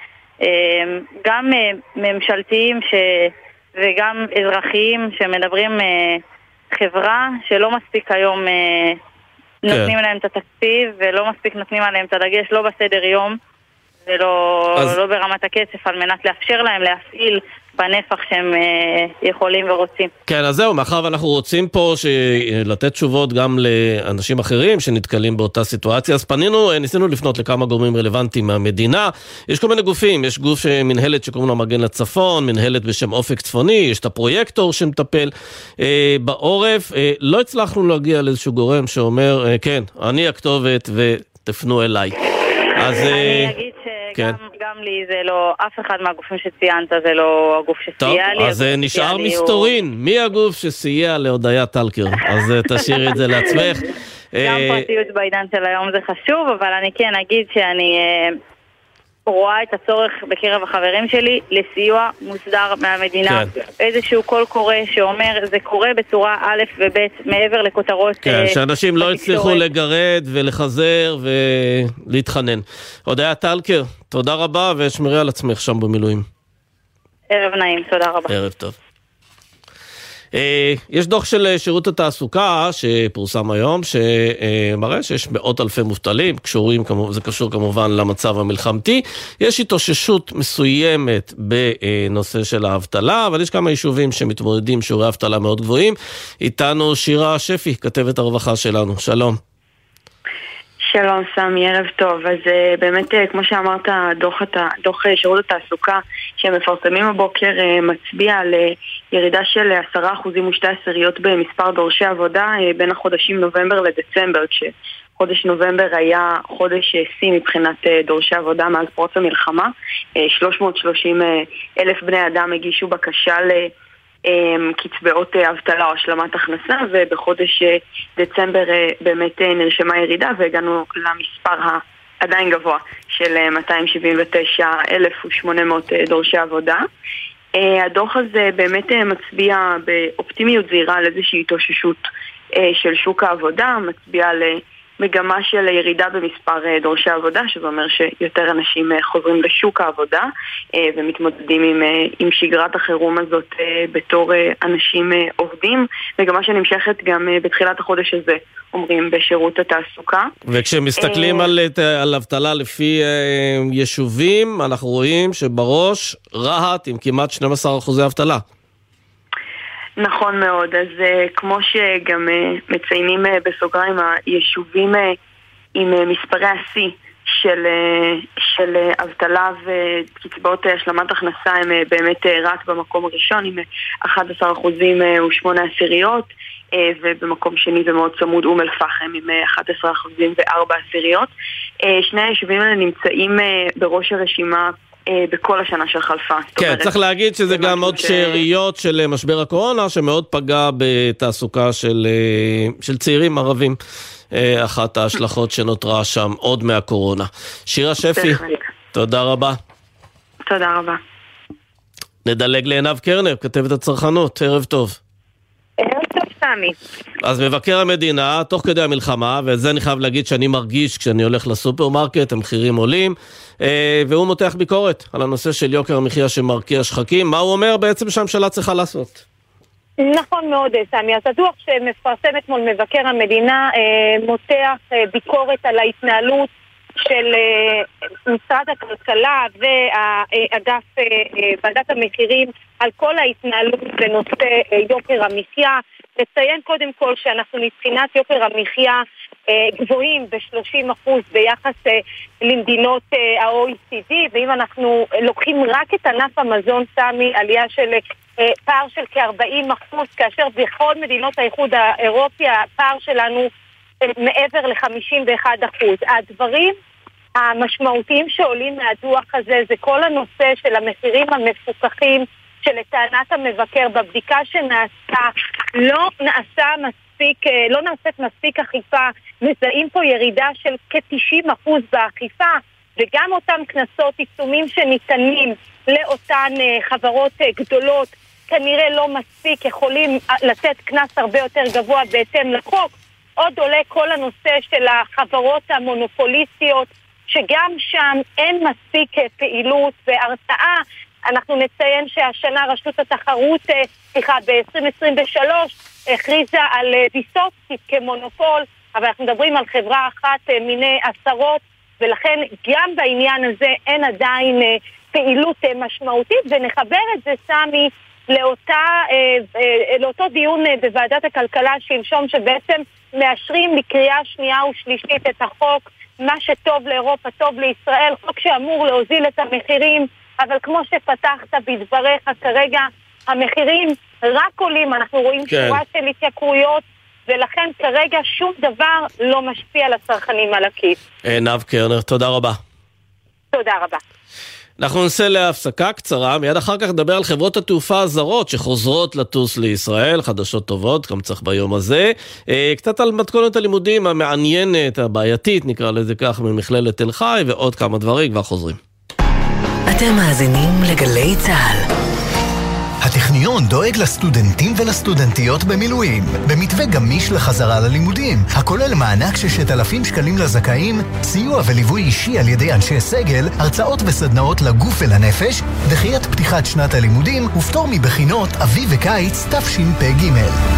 גם ממשלתיים וגם אזרחיים שמדברים חברה שלא מספיק היום נותנים להם את התקציב, ולא מספיק נותנים עליהם את הדגש, לא בסדר יום ולא ברמת הכסף, על מנת לאפשר להם להפעיל בנפח שהם יכולים ורוצים. כן, אז זהו, מאחר ואנחנו רוצים פה לתת תשובות גם לאנשים אחרים שנתקלים באותה סיטואציה, אז ניסינו לפנות לכמה גורמים רלוונטיים מהמדינה. יש כל מיני גופים, יש גוף מנהלת שקוראים לה מגן לצפון, מנהלת בשם אופק צפוני, יש את הפרויקטור שמטפל בעורף. לא הצלחנו להגיע לאיזשהו גורם שאומר, כן, אני הכתובת ותפנו אליי. אז אני אגיד גם לי זה לא, אף אחד מהגופים שציינת זה לא הגוף שסייע לי. טוב, אז נשאר מסתורין. מי הגוף שסייע להודיה טלקר? אז תשאירי את זה לעצמך. גם פרטיות בעידן של היום זה חשוב, אבל אני כן אגיד שאני רואה את הצורך בקרב החברים שלי לסיוע מוסדר מהמדינה. איזשהו קול קורא שאומר זה קורה בצורה א' וב' מעבר לכותרות. כן, שאנשים לא הצליחו לגרד ולחזר ולהתחנן. הודיה טלקר, תודה רבה ושמרי על עצמך שם במילואים. ערב נעים, תודה רבה. ערב טוב. יש דוח של שירות התעסוקה שפורסם היום שמראה שיש מאות אלפי מובטלים, זה קשור כמובן למצב המלחמתי. יש התאוששות מסוימת בנושא של האבטלה, אבל יש כמה יישובים שמתמודדים שיעורי אבטלה מאוד גבוהים. איתנו שירה שפי, כתבת הרווחה שלנו. שלום. שלום סמי, ערב טוב. אז באמת, כמו שאמרת, דוח שירות התעסוקה שמפרסמים הבוקר מצביע על ירידה של 10% ו2% במספר דורשי עבודה בין החודשים נובמבר לדצמבר, כשחודש נובמבר היה חודש שיא מבחינת דורשי עבודה מאז פרוץ המלחמה. 330,000 בני אדם הגישו בקשה קצבאות אבטלה או השלמת הכנסה, ובחודש דצמבר באמת נרשמה ירידה והגענו למספר עדיין גבוה של 279,800 דורשי עבודה. הדוח הזה באמת מצביע באופטימיות זהירה על איזושהי התאוששות של שוק העבודה, מצביע על מגמה של ירידה במספר דורשי עבודה, שזה אומר שיותר אנשים חוזרים לשוק העבודה ומתמודדים עם שגרת החירום הזאת בתור אנשים עובדים, מגמה שנמשכת גם בתחילת החודש הזה, אומרים בשירות התעסוקה. וכשמסתכלים על אבטלה לפי יישובים, אנחנו רואים שבראש רהט עם כמעט 12% אבטלה. נכון מאוד, אז כמו שגם מציינים בסוגריים, היישובים עם מספרי השיא של אבטלה וקצבאות השלמת הכנסה הם באמת רק במקום הראשון עם 11% ו8%, ובמקום שני זה מאוד צמוד אום אל פחם עם 11% ו4%. שני היישובים האלה נמצאים בראש הרשימה בכל השנה שחלפה. כן, צריך להגיד שזה גם עוד שאריות של משבר הקורונה, שמאוד פגע בתעסוקה של צעירים ערבים. אחת ההשלכות שנותרה שם עוד מהקורונה. שירה שפי, תודה רבה. תודה רבה. נדלג לעינב קרנר, כתבת הצרכנות, ערב טוב. ערב טוב סמי. אז מבקר המדינה, תוך כדי המלחמה, ואת זה אני חייב להגיד שאני מרגיש כשאני הולך לסופרמרקט, המחירים עולים, והוא מותח ביקורת על הנושא של יוקר המחיה שמרקיע שחקים. מה הוא אומר בעצם שהממשלה צריכה לעשות? נכון מאוד סמי, אז הדוח שמפרסם אתמול מבקר המדינה מותח ביקורת על ההתנהלות של משרד הכלכלה והאגף ועדת המחירים על כל ההתנהלות בנושא יוקר המחיה. לציין קודם כל שאנחנו מבחינת יוקר המחיה גבוהים ב-30% ביחס למדינות ה-OECD, ואם אנחנו לוקחים רק את ענף המזון סמי, עלייה של פער של כ-40%, כאשר בכל מדינות האיחוד האירופי הפער שלנו מעבר ל-51%. הדברים המשמעותיים שעולים מהדוח הזה זה כל הנושא של המחירים המפוקחים, שלטענת המבקר בבדיקה שנעשתה לא נעשית מספיק אכיפה. מזהים פה ירידה של כ-90% באכיפה, וגם אותם קנסות עיצומים שניתנים לאותן חברות גדולות כנראה לא מספיק, יכולים לתת קנס הרבה יותר גבוה בהתאם לחוק. עוד עולה כל הנושא של החברות המונופוליסטיות, שגם שם אין מספיק פעילות והרתעה. אנחנו נציין שהשנה רשות התחרות, ב-2023, הכריזה על ויסוצקי כמונופול, אבל אנחנו מדברים על חברה אחת מיני עשרות, ולכן גם בעניין הזה אין עדיין פעילות משמעותית, ונחבר את זה סמי לאותו דיון בוועדת הכלכלה שלשום, שבעצם מאשרים לקריאה שנייה ושלישית את החוק, מה שטוב לאירופה טוב לישראל, חוק שאמור להוזיל את המחירים, אבל כמו שפתחת בדבריך כרגע, המחירים רק עולים, אנחנו רואים שורה של התייקרויות, ולכן כרגע שום דבר לא משפיע על הצרכנים על הכיס. עינב קרנר, תודה רבה. תודה רבה. אנחנו ננסה להפסקה קצרה, מיד אחר כך נדבר על חברות התעופה הזרות שחוזרות לטוס לישראל, חדשות טובות, גם צריך ביום הזה. קצת על מתכונת הלימודים המעניינת, הבעייתית, נקרא לזה כך, ממכללת תל חי, ועוד כמה דברים, כבר חוזרים. אתם מאזינים לגלי צהל. הטכניון דואג לסטודנטים ולסטודנטיות במילואים, במתווה גמיש לחזרה ללימודים, הכולל מענק 6,000 שקלים לזכאים, סיוע וליווי אישי על ידי אנשי סגל, הרצאות וסדנאות לגוף ולנפש, דחיית פתיחת שנת הלימודים ופטור מבחינות אביב וקיץ תשפ"ג.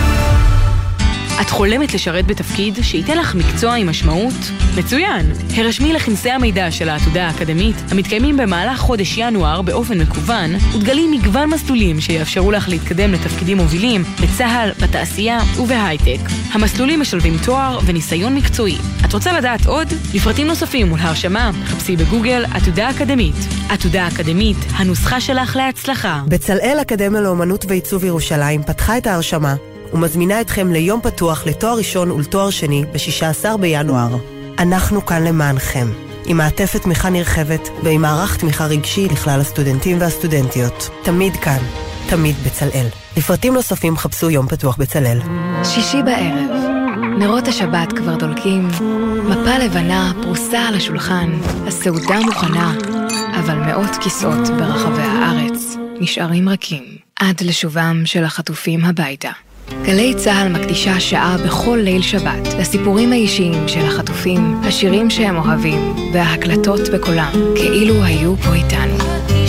את חולמת לשרת בתפקיד שייתן לך מקצוע עם משמעות? מצוין! הרשמי לכנסי המידע של העתודה האקדמית, המתקיימים במהלך חודש ינואר באופן מקוון, ותגלים מגוון מסלולים שיאפשרו לך להתקדם לתפקידים מובילים בצהל, בתעשייה ובהייטק. המסלולים משלבים תואר וניסיון מקצועי. את רוצה לדעת עוד? לפרטים נוספים ולהרשמה, חפשי בגוגל עתודה אקדמית. עתודה אקדמית, הנוסחה שלך להצלחה. בצלאל אקדמיה לאומנות ועיצוב ירושלים פתחה את ההרשמה ומזמינה אתכם ליום פתוח לתואר ראשון ולתואר שני ב-16 בינואר. אנחנו כאן למענכם, עם מעטפת תמיכה נרחבת ועם מערך תמיכה רגשי לכלל הסטודנטים והסטודנטיות. תמיד כאן, תמיד בצלאל. לפרטים נוספים חפשו יום פתוח בצלאל. שישי בערב, נרות השבת כבר דולקים, מפה לבנה פרוסה על השולחן, הסעודה מוכנה, אבל מאות כיסאות ברחבי הארץ נשארים רכים עד לשובם של החטופים הביתה. גלי צהל מקדישה שעה בכל ליל שבת לסיפורים האישיים של החטופים, השירים שהם אוהבים וההקלטות בקולם כאילו היו פה איתנו.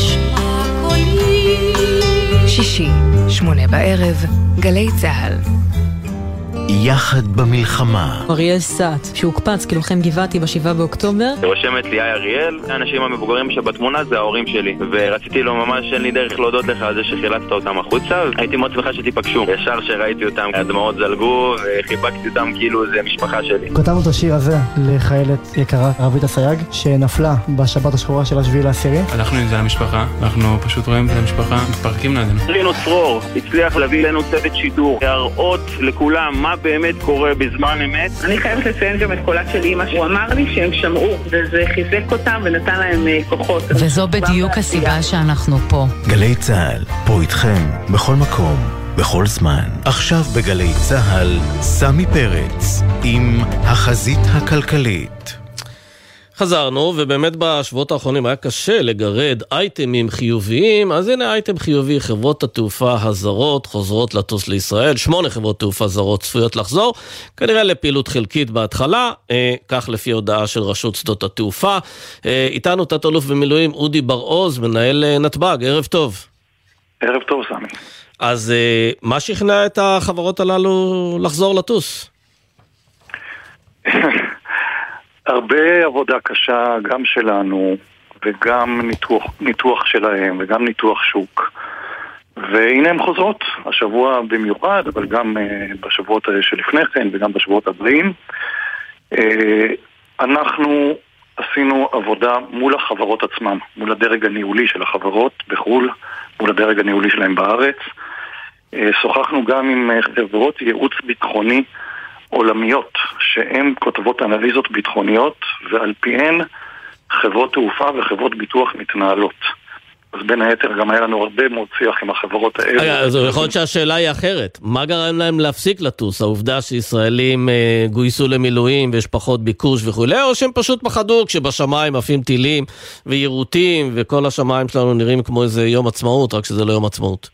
שישי, 8 בערב, גלי צהל. יחד במלחמה. אריאל סאט, שהוקפץ כלוחם גבעתי ב7 באוקטובר. רושמת לי אריאל, האנשים המבוגרים שבתמונה זה ההורים שלי, ורציתי לו ממש אין לי דרך להודות לך על זה שחילצת אותם החוצה, הייתי מאוד שמחה שתיפגשו. ישר שראיתי אותם, הדמעות זלגו וחיבקתי אותם כאילו זה משפחה שלי. כתבנו את השיר הזה לחיילת יקרה, רבית הסייג, שנפלה בשבת השחורה של 7/10. הלכנו עם זה למשפחה, אנחנו פשוט רואים את המשפחה, מתפרקים לידינו. רינו צרור הצליח להביא לנו צוות שידור, להראות לכולם מה באמת קורה בזמן אמת. אני חייבת לציין גם את קולה של אמא, הוא אמר לי שהם שמעו, וזה חיזק אותם ונתן להם כוחות. וזו בדיוק הסיבה שאנחנו פה. גלי צהל, פה איתכם, בכל מקום, בכל זמן. עכשיו בגלי צהל, סמי פרץ, עם החזית הכלכלית. חזרנו, ובאמת בשבועות האחרונים היה קשה לגרד אייטמים חיוביים, אז הנה אייטם חיובי, חברות התעופה הזרות חוזרות לטוס לישראל, 8 חברות תעופה זרות צפויות לחזור, כנראה לפעילות חלקית בהתחלה, כך לפי הודעה של רשות שדות התעופה. איתנו תת-אלוף במילואים אודי בר-עוז, מנהל נתב"ג, ערב טוב. ערב טוב, סמי. אז מה שכנע את החברות הללו לחזור לטוס? הרבה עבודה קשה, גם שלנו, וגם ניתוח שלהם, וגם ניתוח שוק. והנה הם חוזרות, השבוע במיוחד, אבל גם בשבועות שלפני כן, וגם בשבועות הבאים. אנחנו עשינו עבודה מול החברות עצמם, מול הדרג הניהולי של החברות בחו"ל, מול הדרג הניהולי שלהם בארץ. שוחחנו גם עם חברות ייעוץ ביטחוני עולמיות, שהן כותבות אנליזות ביטחוניות, ועל פיהן חברות תעופה וחברות ביטוח מתנהלות. אז בין היתר גם היה לנו הרבה מאוד שיח עם החברות האלה. אז יכול להיות שהשאלה היא אחרת. מה גרם להם להפסיק לטוס? העובדה שישראלים גויסו למילואים ויש פחות ביקוש וכו', או שהם פשוט פחדו כשבשמיים עפים טילים ויירוטים, וכל השמיים שלנו נראים כמו איזה יום עצמאות, רק שזה לא יום עצמאות?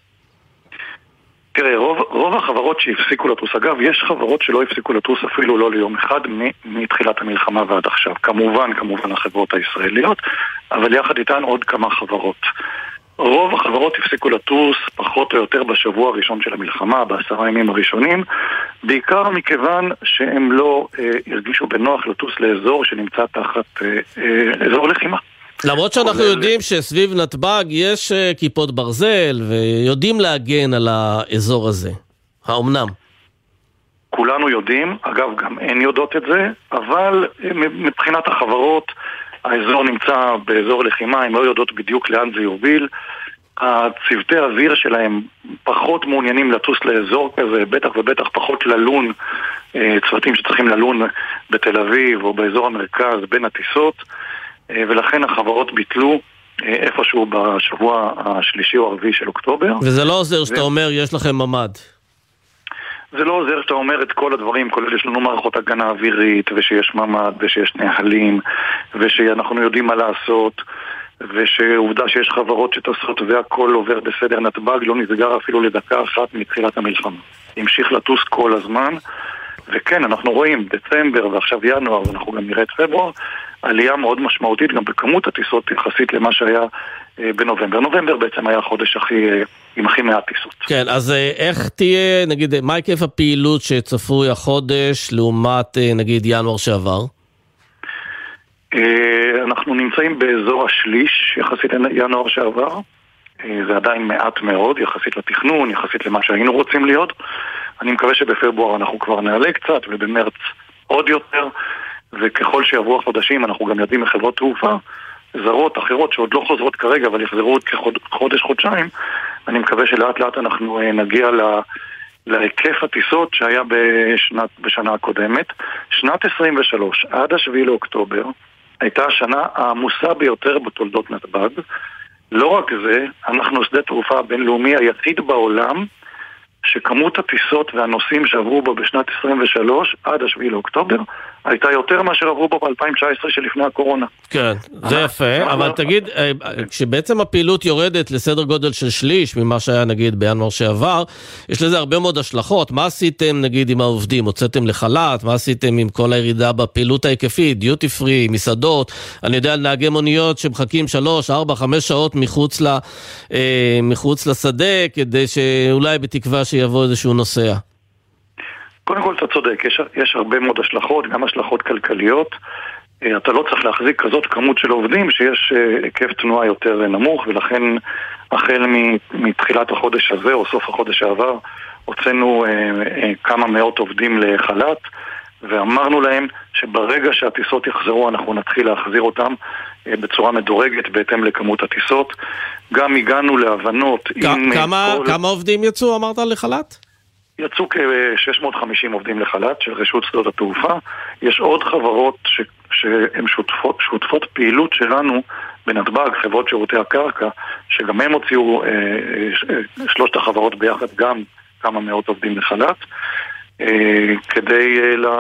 תראה, רוב החברות שהפסיקו לטוס, אגב, יש חברות שלא הפסיקו לטוס אפילו לא ליום אחד מתחילת המלחמה ועד עכשיו. כמובן החברות הישראליות, אבל יחד איתן עוד כמה חברות. רוב החברות הפסיקו לטוס פחות או יותר בשבוע הראשון של המלחמה, ב10 ימים הראשונים, בעיקר מכיוון שהם לא הרגישו בנוח לטוס לאזור שנמצא תחת אזור לחימה. למרות שאנחנו יודעים שסביב נתב"ג יש כיפות ברזל ויודעים להגן על האזור הזה. האומנם? כולנו יודעים, אגב גם הן יודעות את זה, אבל מבחינת החברות האזור נמצא באזור לחימה, הן לא יודעות בדיוק לאן זה יוביל. הצוותי האוויר שלהם פחות מעוניינים לטוס לאזור כזה, בטח ובטח פחות ללון, צוותים שצריכים ללון בתל אביב או באזור המרכז בין הטיסות. ולכן החברות ביטלו איפשהו בשבוע השלישי או הרביעי של אוקטובר. וזה לא עוזר שאתה אומר יש לכם ממד. זה לא עוזר שאתה אומר את כל הדברים, כולל יש לנו מערכות הגנה אווירית, ושיש ממד, ושיש נהלים, ושאנחנו יודעים מה לעשות, ושעובדה שיש חברות שטסות והכל עובר בסדר. נתב"ג לא נסגר אפילו לדקה אחת מתחילת המלחמה. המשיך לטוס כל הזמן, וכן, אנחנו רואים דצמבר ועכשיו ינואר, ואנחנו גם נראה את פברואר, עלייה מאוד משמעותית גם בכמות הטיסות יחסית למה שהיה בנובמבר. נובמבר בעצם היה החודש עם הכי מעט טיסות. כן, אז איך תהיה, נגיד, מה היקף הפעילות שצפוי החודש לעומת, נגיד, ינואר שעבר? אנחנו נמצאים באזור השליש יחסית לינואר שעבר. זה עדיין מעט מאוד, יחסית לתכנון, יחסית למה שהיינו רוצים להיות. אני מקווה שבפברואר אנחנו כבר נעלה קצת, ובמרץ עוד יותר, וככל שיעברו החודשים אנחנו גם יודעים מחברות תעופה זרות אחרות שעוד לא חוזרות כרגע, אבל יחזרו עוד כחודש-חודשיים. אני מקווה שלאט לאט אנחנו נגיע להיקף הטיסות שהיה בשנה הקודמת. שנת 23 עד 7 לאוקטובר הייתה השנה העמוסה ביותר בתולדות נתב"ג. לא רק זה, אנחנו שדה תעופה הבינלאומי היחיד בעולם שכמות הטיסות והנוסעים שעברו בו בשנת 23 עד 7 לאוקטובר הייתה יותר מאשר עברו בו ב-2019 שלפני הקורונה. כן, זה יפה, אבל תגיד, כשבעצם הפעילות יורדת לסדר גודל של שליש ממה שהיה נגיד בינואר שעבר, יש לזה הרבה מאוד השלכות. מה עשיתם נגיד עם העובדים? הוצאתם לחל"ת? מה עשיתם עם כל הירידה בפעילות ההיקפית? דיוטי פרי, מסעדות? אני יודע על נהגי מוניות שמחכים 3, 4, 5 שעות מחוץ לשדה, כדי שאולי בתקווה שיבוא איזשהו נוסע. קודם כל אתה צודק, יש הרבה מאוד השלכות, גם השלכות כלכליות. אתה לא צריך להחזיק כזאת כמות של עובדים שיש היקף תנועה יותר נמוך, ולכן החל מתחילת החודש הזה או סוף החודש העבר הוצאנו כמה מאות עובדים לחל"ת, ואמרנו להם שברגע שהטיסות יחזרו אנחנו נתחיל להחזיר אותם בצורה מדורגת בהתאם לכמות הטיסות. גם הגענו להבנות כמה עובדים יצאו אמרת לחל"ת? יצאו כ-650 עובדים לחל"ת של רשות שדות התעופה. יש עוד חברות שהן שותפות פעילות שלנו בנתב"ג, חברות שירותי הקרקע, שגם הם הוציאו שלושת החברות ביחד גם כמה מאות עובדים לחל"ת, כדי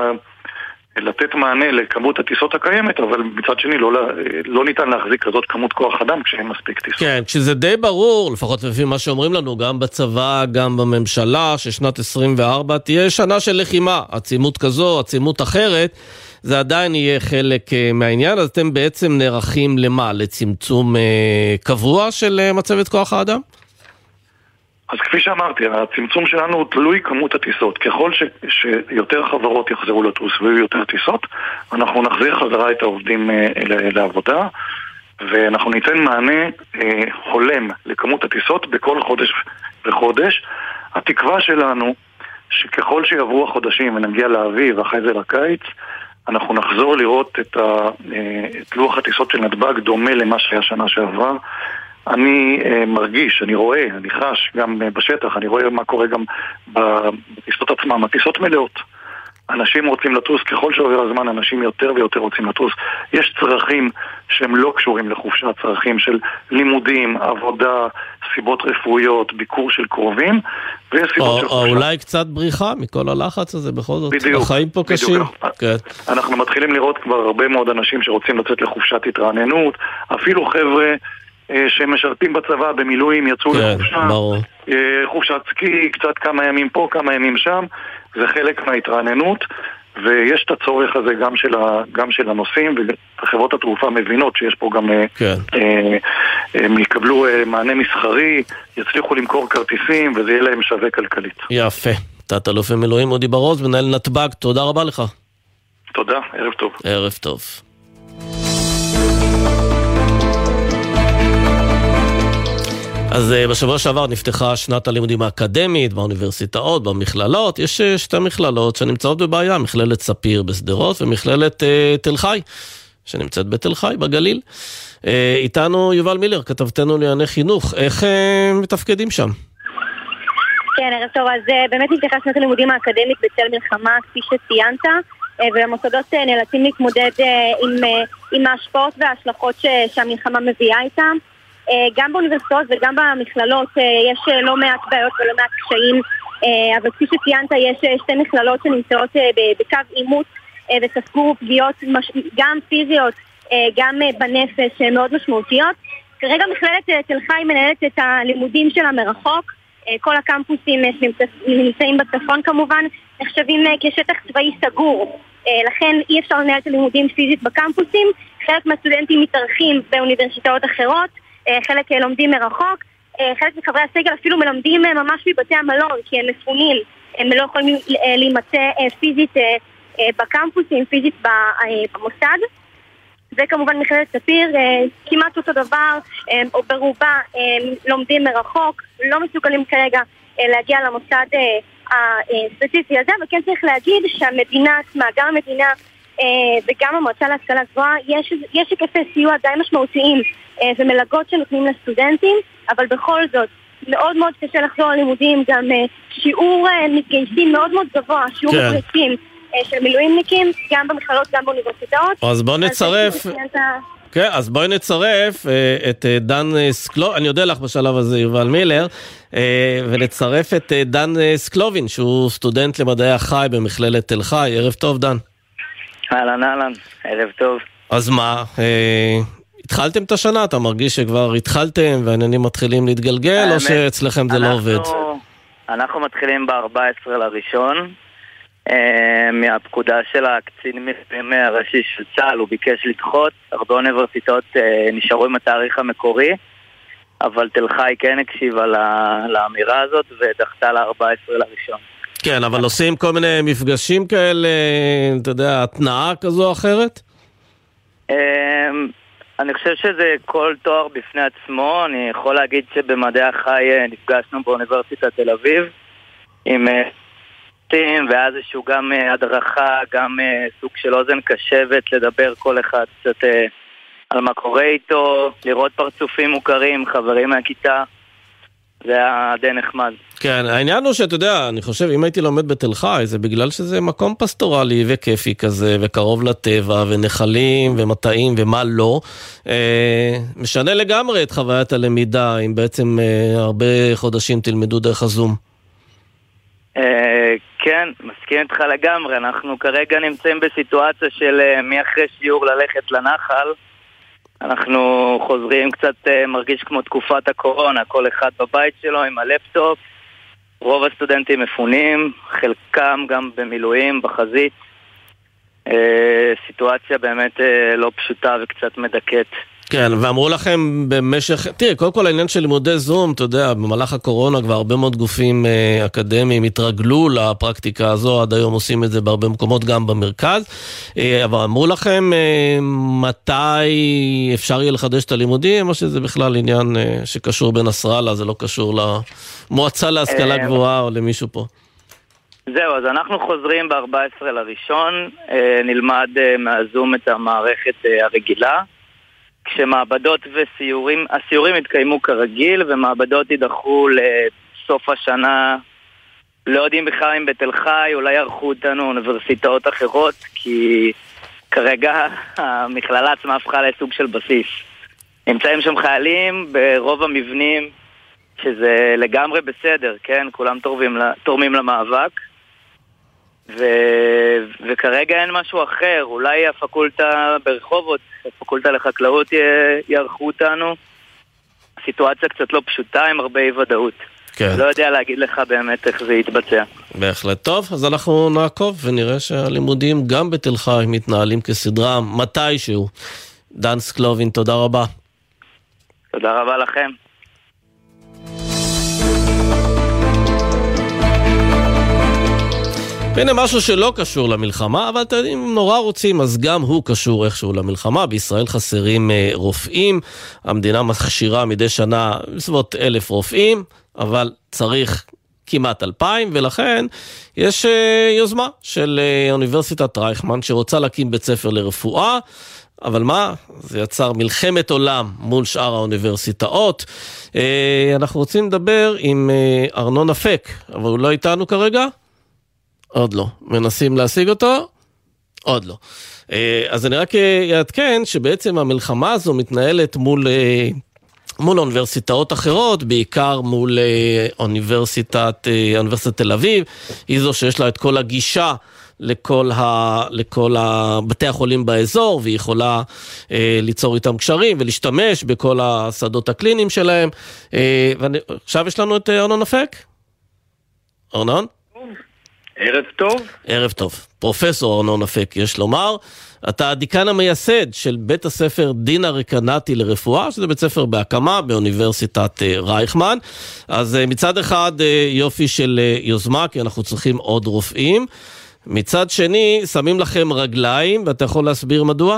לתת מענה לכמות הטיסות הקיימת, אבל מצד שני לא ניתן להחזיק כזאת כמות כוח אדם כשאין מספיק טיסות. כן, שזה די ברור, לפחות לפי מה שאומרים לנו, גם בצבא, גם בממשלה, ששנת 24 תהיה שנה של לחימה, עצימות כזו, עצימות אחרת, זה עדיין יהיה חלק מהעניין, אז אתם בעצם נערכים למה? לצמצום קבוע של מצבת כוח האדם? אז כפי שאמרתי, הצמצום שלנו הוא תלוי כמות הטיסות. ככל שיותר חברות יחזרו לטוס ויהיו יותר טיסות, אנחנו נחזיר חזרה את העובדים לעבודה, ואנחנו ניתן מענה הולם לכמות הטיסות בכל חודש וחודש. התקווה שלנו שככל שיעברו החודשים ונגיע לאביב ואחרי זה לקיץ, אנחנו נחזור לראות את לוח הטיסות של נתב"ג דומה למה שהיה שנה שעברה. אני מרגיש, אני רואה, אני חש גם בשטח, אני רואה מה קורה גם בטיסות עצמם. הטיסות מלאות. אנשים רוצים לטוס, ככל שעובר הזמן אנשים יותר ויותר רוצים לטוס. יש צרכים שהם לא קשורים לחופשה, צרכים של לימודים, עבודה, סיבות רפואיות, ביקור של קרובים, ויש סיבות של חופשה. או אולי קצת בריחה מכל הלחץ הזה, בכל זאת. בדיוק. החיים פה קשים. כן. אנחנו מתחילים לראות כבר הרבה מאוד אנשים שרוצים לצאת לחופשת התרעננות, אפילו חבר'ה שמשרתים בצבא במילואים יצאו לחופשה, חופשת סקי, קצת כמה ימים פה, כמה ימים שם, זה חלק מההתרעננות, ויש את הצורך הזה גם של הנוסעים, וחברות התעופה מבינות שיש פה גם הם יקבלו מענה מסחרי, יצליחו למכור כרטיסים, וזה יהיה להם שווה כלכלית. יפה. תת-אלוף במילואים אודי ברוז, מנהל נתב"ג, תודה רבה לך. תודה, ערב טוב. ערב טוב. אז בשבוע שעבר נפתחה שנת הלימודים האקדמית באוניברסיטאות, במכללות. יש שתי מכללות שנמצאות בבעיה, מכללת ספיר בסדרות ומכללת תל חי, שנמצאת בתל חי בגליל. איתנו יובל מילר, כתבתנו לענייני חינוך. איך מתפקדים שם? כן, ערב טוב. אז באמת נפתחה שנת הלימודים האקדמית בצל מלחמה, כפי שציינת, והמוסדות נאלצים להתמודד עם ההשפעות וההשלכות שהמלחמה מביאה איתם. גם באוניברסיטאות וגם במכללות יש לא מעט בעיות ולא מעט קשיים, אבל כפי שציינת יש שתי מכללות שנמצאות בקו עימות וספגו פגיעות גם פיזיות, גם בנפש מאוד משמעותיות. כרגע מכללת תל חי מנהלת את הלימודים שלה מרחוק. כל הקמפוסים שנמצאים בצפון כמובן נחשבים כשטח צבאי סגור, לכן אי אפשר לנהל את הלימודים פיזית בקמפוסים. חלק מהסטודנטים מתארחים באוניברסיטאות אחרות, חלק לומדים מרחוק, חלק מחברי הסגל אפילו מלמדים ממש מבתי המלון, כי הם מפונים, הם לא יכולים להימצא פיזית בקמפוסים, פיזית במוסד. וכמובן מכללת ספיר, כמעט אותו דבר, או ברובה לומדים מרחוק, לא מסוגלים כרגע להגיע למוסד הספציפי הזה, וכן צריך להגיד שהמדינה עצמה, גם המדינה וגם המועצה להשכלה גבוהה, יש היקפי סיוע די משמעותיים ומלגות שנותנים לסטודנטים, אבל בכל זאת מאוד מאוד קשה לחזור ללימודים, גם שיעור מתגייסים מאוד מאוד גבוה, שיעור מתגייסים של מילואימניקים, גם במכללות, גם באוניברסיטאות. אז בואו נצרף, כן, אז בואי נצרף את דן סקלובין, אני יודע לך בשלב הזה יובל מילר, ונצרף את דן סקלובין, שהוא סטודנט למדעי החי במכללת תל חי. ערב טוב דן. אהלן, ערב טוב. אז מה, התחלתם את השנה? אתה מרגיש שכבר התחלתם והעניינים מתחילים להתגלגל, או שאצלכם זה לא עובד? אנחנו מתחילים ב-14 לראשון, מהפקודה של הקצין הראשי של צה"ל, הוא ביקש לדחות. הרבה אוניברסיטאות נשארו עם התאריך המקורי, אבל תל חי כן הקשיבה לאמירה הזאת ודחתה ל-14 לראשון. כן, אבל עושים כל מיני מפגשים כאלה, אתה יודע, התנאה כזו או אחרת? אני חושב שזה כל תואר בפני עצמו. אני יכול להגיד שבמדעי החי נפגשנו באוניברסיטת תל אביב עם ואז איזשהו גם הדרכה, גם סוג של אוזן קשבת, לדבר כל אחד קצת על מה קורה איתו, לראות פרצופים מוכרים, חברים מהכיתה. זה היה די נחמד. כן, העניין הוא שאתה יודע, אני חושב, אם הייתי לומד בתל חי, זה בגלל שזה מקום פסטורלי וכיפי כזה, וקרוב לטבע, ונחלים, ומטעים, ומה לא. משנה לגמרי את חוויית הלמידה, אם בעצם הרבה חודשים תלמדו דרך הזום. כן, מסכים איתך לגמרי. אנחנו כרגע נמצאים בסיטואציה של מי אחרי שיעור ללכת לנחל. אנחנו חוזרים קצת, מרגיש כמו תקופת הקורונה, כל אחד בבית שלו עם הלפטופ. רוב הסטודנטים מפונים, חלקם גם במילואים, בחזית. סיטואציה באמת לא פשוטה וקצת מדכאת. כן, ואמרו לכם במשך... תראה, קודם כל העניין של לימודי זום, אתה יודע, במהלך הקורונה כבר הרבה מאוד גופים אקדמיים התרגלו לפרקטיקה הזו, עד היום עושים את זה בהרבה מקומות גם במרכז, אבל אמרו לכם מתי אפשר יהיה לחדש את הלימודים, או שזה בכלל עניין שקשור בנסראללה, זה לא קשור למועצה להשכלה גבוהה או למישהו פה? זהו, אז אנחנו חוזרים ב-14 לראשון, נלמד מהזום את המערכת הרגילה, כשמעבדות וסיורים, הסיורים התקיימו כרגיל, ומעבדות יידחו לסוף השנה. לא יודעים בכלל אם בתל חי, אולי יערכו אותנו אוניברסיטאות אחרות, כי כרגע המכללה עצמה הפכה לסוג של בסיס. נמצאים שם חיילים ברוב המבנים, שזה לגמרי בסדר, כן? כולם תורמים למאבק. וכרגע אין משהו אחר, אולי הפקולטה ברחובות, הפקולטה לחקלאות יערכו אותנו. סיטואציה קצת לא פשוטה עם הרבה ודאות. כן. לא יודע להגיד לך באמת איך זה יתבצע. בהחלט טוב, אז אנחנו נעקוב ונראה שהלימודים גם בתל חי מתנהלים כסדרם מתישהו. דן סקלובין, תודה רבה. תודה רבה לכם. והנה משהו שלא קשור למלחמה, אבל אתם יודעים, אם נורא רוצים, אז גם הוא קשור איכשהו למלחמה. בישראל חסרים רופאים, המדינה מכשירה מדי שנה בסביבות 1,000 רופאים, אבל צריך כמעט 2,000, ולכן יש יוזמה של אוניברסיטת רייכמן, שרוצה להקים בית ספר לרפואה, אבל מה? זה יצר מלחמת עולם מול שאר האוניברסיטאות. אנחנו רוצים לדבר עם ארנון אפק, אבל הוא לא איתנו כרגע? עוד לא. מנסים להשיג אותו? עוד לא. אז אני רק אעדכן שבעצם המלחמה הזו מתנהלת מול אוניברסיטאות אחרות, בעיקר מול אוניברסיטת תל אביב, היא זו שיש לה את כל הגישה לכל בתי החולים באזור, והיא יכולה ליצור איתם קשרים ולהשתמש בכל השדות הקליניים שלהם. עכשיו יש לנו את ארנון אפק? ארנון? ערב טוב. ערב טוב. פרופסור ארנון אפק, יש לומר, אתה הדיקן המייסד של בית הספר דינה רקנטי לרפואה, שזה בית ספר בהקמה באוניברסיטת רייכמן. אז מצד אחד יופי של יוזמה, כי אנחנו צריכים עוד רופאים. מצד שני, שמים לכם רגליים, ואתה יכול להסביר מדוע?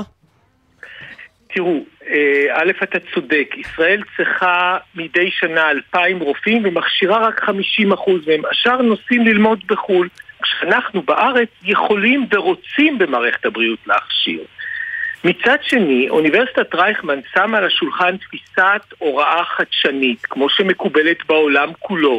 תראו, א', אתה צודק, ישראל צריכה מדי שנה 2,000 רופאים ומכשירה רק 50% מהם. השאר נוסעים ללמוד בחול, כשאנחנו בארץ יכולים ורוצים במערכת הבריאות להכשיר. מצד שני, אוניברסיטת רייכמן שמה על השולחן תפיסת הוראה חדשנית, כמו שמקובלת בעולם כולו.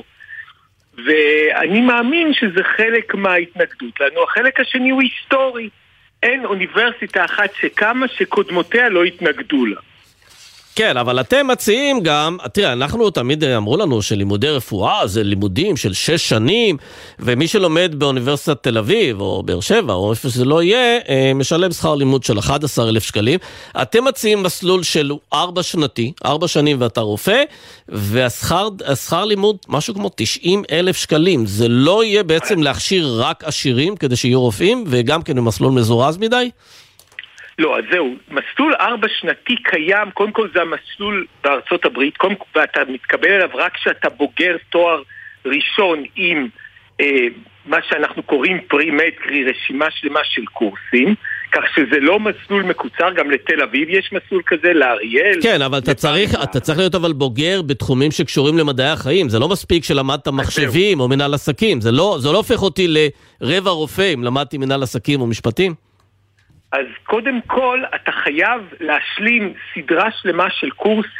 ואני מאמין שזה חלק מההתנגדות לנו. החלק השני הוא היסטורי. אין אוניברסיטה אחת שקמה שקודמותיה לא התנגדו לה. כן, אבל אתם מציעים גם, תראה, אנחנו תמיד אמרו לנו שלימודי רפואה זה לימודים של 6 שנים, ומי שלומד באוניברסיטת תל אביב, או באר שבע, או איפה שזה לא יהיה, משלם שכר לימוד של 11,000 שקלים. אתם מציעים מסלול של 4 שנתי, 4 שנים ואתה רופא, והשכר לימוד משהו כמו 90,000 שקלים. זה לא יהיה בעצם להכשיר רק עשירים כדי שיהיו רופאים, וגם כן במסלול מזורז מדי? לא, אז זהו, מסלול 4 שנתי קיים, קודם כל זה המסלול בארצות הברית, ואתה מתקבל אליו רק כשאתה בוגר תואר ראשון עם מה שאנחנו קוראים פרי-מד, קרי רשימה שלמה של קורסים, כך שזה לא מסלול מקוצר, גם לתל אביב יש מסלול כזה, לאריאל. כן, אבל אתה צריך להיות אבל בוגר בתחומים שקשורים למדעי החיים, זה לא מספיק שלמדת מחשבים או מנהל עסקים, זה לא הופך אותי לרבע רופא אם למדתי מנהל עסקים או משפטים. אז קודם כל אתה חייב להשלים סדרה שלמה של קורסים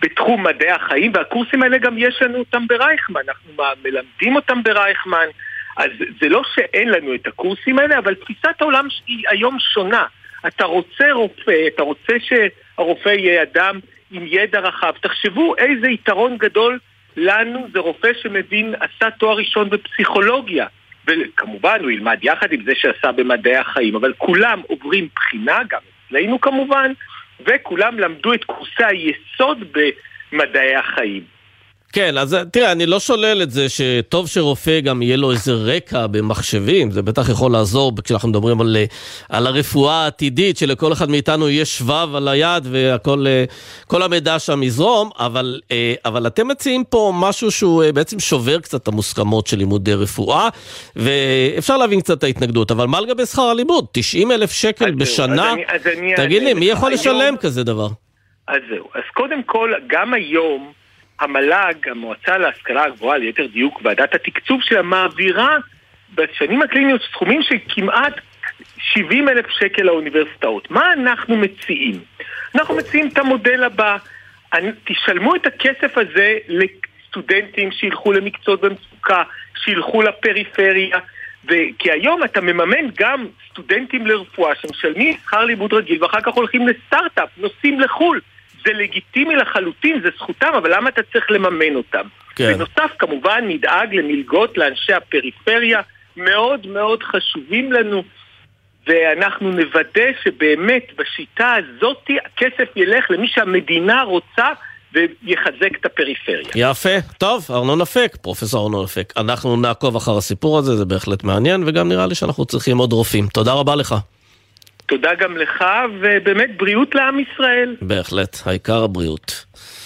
בתחום מדעי החיים, והקורסים האלה גם יש לנו אותם ברייכמן, אנחנו מלמדים אותם ברייכמן, אז זה לא שאין לנו את הקורסים האלה, אבל תפיסת העולם היא היום שונה. אתה רוצה רופא, אתה רוצה שהרופא יהיה אדם עם ידע רחב. תחשבו איזה יתרון גדול לנו, זה רופא שמבין, עשה תואר ראשון בפסיכולוגיה, וכמובן הוא ילמד יחד עם זה שעשה במדעי החיים, אבל כולם עוברים בחינה, גם אצלנו כמובן, וכולם למדו את קורסי היסוד במדעי החיים. כן, אז תראה, אני לא שולל את זה שטוב שרופא גם יהיה לו איזה רקע במחשבים, זה בטח יכול לעזור כשאנחנו מדברים על הרפואה העתידית, שלכל אחד מאיתנו יש שבב על היד וכל המידע שם יזרום, אבל אתם מציעים פה משהו שהוא בעצם שובר קצת המוסכמות של לימודי רפואה, ואפשר להבין קצת את ההתנגדות, אבל מה לגבי שכר הלימוד? 90,000 שקל בשנה? תגיד לי, מי יכול לשלם כזה דבר? אז זהו, אז קודם כל, גם היום, המל"ג, המועצה להשכלה הגבוהה, ליתר דיוק, ועדת התקצוב שלה מעבירה בשנים הקליניות סכומים של כמעט 70,000 שקל לאוניברסיטאות. מה אנחנו מציעים? אנחנו מציעים את המודל הבא. תשלמו את הכסף הזה לסטודנטים שילכו למקצועות במצוקה, שילכו לפריפריה, כי היום אתה מממן גם סטודנטים לרפואה שמשלמים שכר לימוד רגיל ואחר כך הולכים לסטארט-אפ, נוסעים לחול. זה לגיטימי לחלוטין, זה זכותם, אבל למה אתה צריך לממן אותם? כן. בנוסף, כמובן, נדאג למלגות לאנשי הפריפריה, מאוד מאוד חשובים לנו, ואנחנו נוודא שבאמת בשיטה הזאת הכסף ילך למי שהמדינה רוצה ויחזק את הפריפריה. יפה, טוב, ארנון אפק, פרופסור ארנון אפק. אנחנו נעקוב אחר הסיפור הזה, זה בהחלט מעניין, וגם נראה לי שאנחנו צריכים עוד רופאים. תודה רבה לך. תודה גם לך, ובאמת בריאות לעם ישראל. בהחלט, העיקר הבריאות.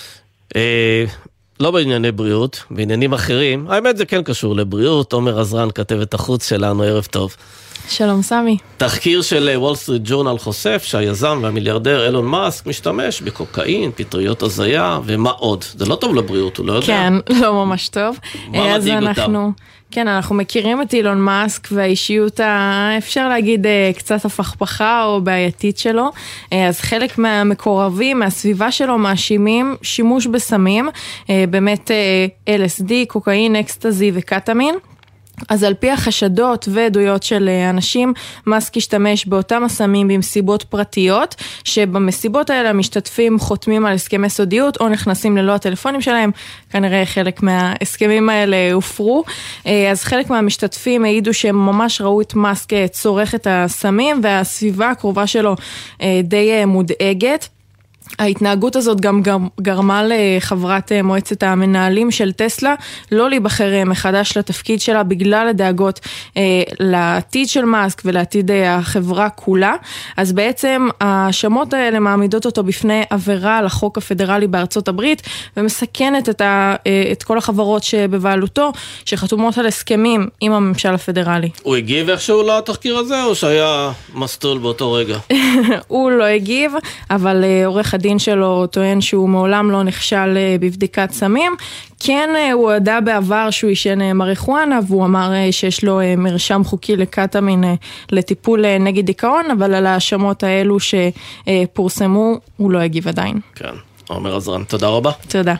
לא בענייני בריאות, בעניינים אחרים. האמת זה כן קשור לבריאות. עומר עזרן, כתבת החוץ שלנו, ערב טוב. שלום סמי. תחקיר של וול סטריט ג'ורנל חושף שהיזם והמיליארדר אילון מאסק משתמש בקוקאין, פטריות הזיה ומה עוד. זה לא טוב לבריאות, הוא לא יודע. כן, לא ממש טוב. מה מדאיג אותם? כן, אנחנו מכירים את אילון מאסק והאישיות, אפשר להגיד, קצת הפכפכה או בעייתית שלו. אז חלק מהמקורבים, מהסביבה שלו, מאשימים שימוש בסמים, באמת LSD, קוקאין, אקסטזי וקטמין. אז על פי החשדות ועדויות של אנשים, מאסק השתמש באותם הסמים במסיבות פרטיות, שבמסיבות האלה המשתתפים חותמים על הסכמי סודיות או נכנסים ללא הטלפונים שלהם, כנראה חלק מההסכמים האלה הופרו, אז חלק מהמשתתפים העידו שהם ממש ראו את מאסק צורך את הסמים, והסביבה הקרובה שלו די מודאגת. ההתנהגות הזאת גם גרמה לחברת מועצת המנהלים של טסלה לא להיבחר מחדש לתפקיד שלה בגלל הדאגות לעתיד של מאסק ולעתיד החברה כולה. אז בעצם השמות האלה מעמידות אותו בפני עבירה על החוק הפדרלי בארצות הברית ומסכנת את כל החברות שבבעלותו שחתומות על הסכמים עם הממשל הפדרלי. הוא הגיב איכשהו לתחקיר הזה או שהיה מסטול באותו רגע? הוא לא הגיב, אבל עורך הדין שלו טוען שהוא מעולם לא נכשל בבדיקת סמים. כן, הוא ידע בעבר שהוא ישן מריחואנה, והוא אמר שיש לו מרשם חוקי לקטמין לטיפול נגד דיכאון, אבל על האשמות האלו שפורסמו הוא לא הגיב עדיין. כן, עומר עזרן, תודה רבה. תודה.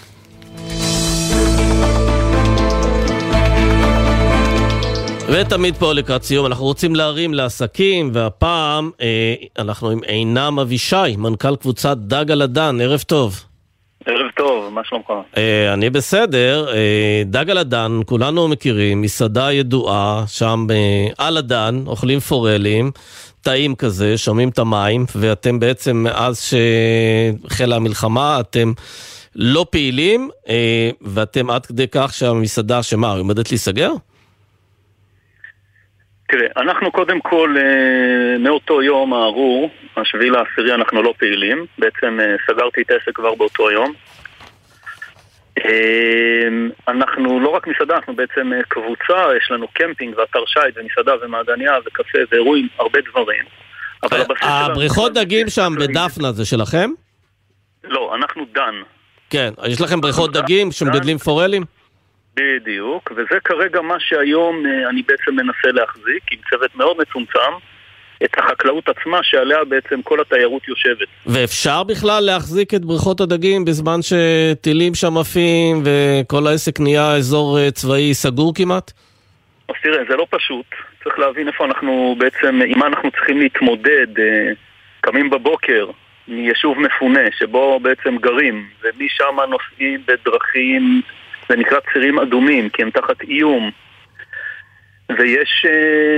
ותמיד פה לקראת סיום, אנחנו רוצים להרים לעסקים, והפעם אנחנו עם עינם אבישי, מנכ"ל קבוצת דג על הדן, ערב טוב. ערב טוב, מה שלומך? אני בסדר, דג על הדן, כולנו מכירים, מסעדה ידועה, שם על הדן, אוכלים פורלים, טעים כזה, שומעים את המים, ואתם בעצם מאז שחלה המלחמה, אתם לא פעילים, ואתם עד כדי כך שהמסעדה שמה, היא עומדת להיסגר? תראה, אנחנו קודם כל, מאותו יום הארור, 7/10, אנחנו לא פעילים. בעצם סגרתי את העסק כבר באותו יום. אנחנו לא רק מסעדה, אנחנו בעצם קבוצה, יש לנו קמפינג ואתר שייט ומסעדה ומעדניה וקפה ואירועים, הרבה דברים. הבריכות דגים שם בדפנה זה שלכם? לא, אנחנו דן. כן, יש לכם בריכות דגים שמגדלים פורלים? בדיוק, וזה כרגע מה שהיום אני בעצם מנסה להחזיק עם צוות מאוד מצומצם, את החקלאות עצמה שעליה בעצם כל התיירות יושבת. ואפשר בכלל להחזיק את בריכות הדגים בזמן שטילים שם עפים וכל העסק נהיה אזור צבאי סגור כמעט? אז תראה, זה לא פשוט. צריך להבין איפה אנחנו בעצם, עם מה אנחנו צריכים להתמודד. קמים בבוקר מיישוב מפונה שבו בעצם גרים, ומשם נוסעים בדרכים, זה נקרא צירים אדומים, כי הם תחת איום. ויש,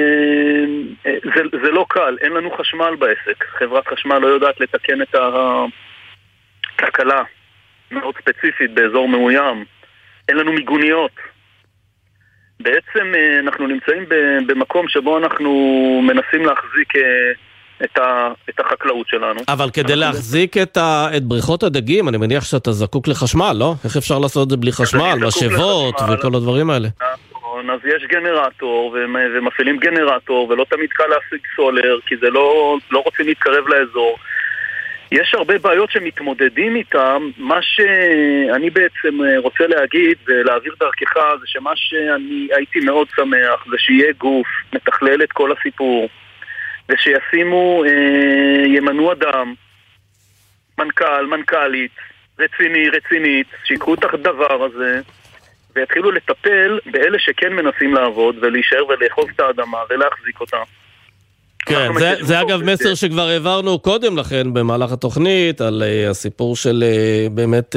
זה לא קל, אין לנו חשמל בעסק. חברת חשמל לא יודעת לתקן את התקלה מאוד ספציפית באזור מאוים. אין לנו מיגוניות. בעצם אנחנו נמצאים במקום שבו אנחנו מנסים להחזיק את החקלאות שלנו. אבל כדי להחזיק את בריכות הדגים, אני מניח שאתה זקוק לחשמל, לא? איך אפשר לעשות את זה בלי חשמל? משאבות וכל הדברים האלה. אז יש גנרטור ומפעילים גנרטור, ולא תמיד קל להשיג סולר, כי זה לא רוצים להתקרב לאזור. יש הרבה בעיות שמתמודדים איתם. מה שאני בעצם רוצה להגיד ולהעביר דרכך זה שמה שאני הייתי מאוד שמח זה שיהיה גוף מתכלל את כל הסיפור, ושישימו, ימנו אדם, מנכ"ל, מנכ"לית, רצינית, שיקחו את הדבר הזה ויתחילו לטפל באלה שכן מנסים לעבוד ולהישאר ולאחוז את האדמה ולהחזיק אותה. כן, זה אגב מסר שכבר העברנו קודם לכן במהלך התוכנית, על הסיפור של באמת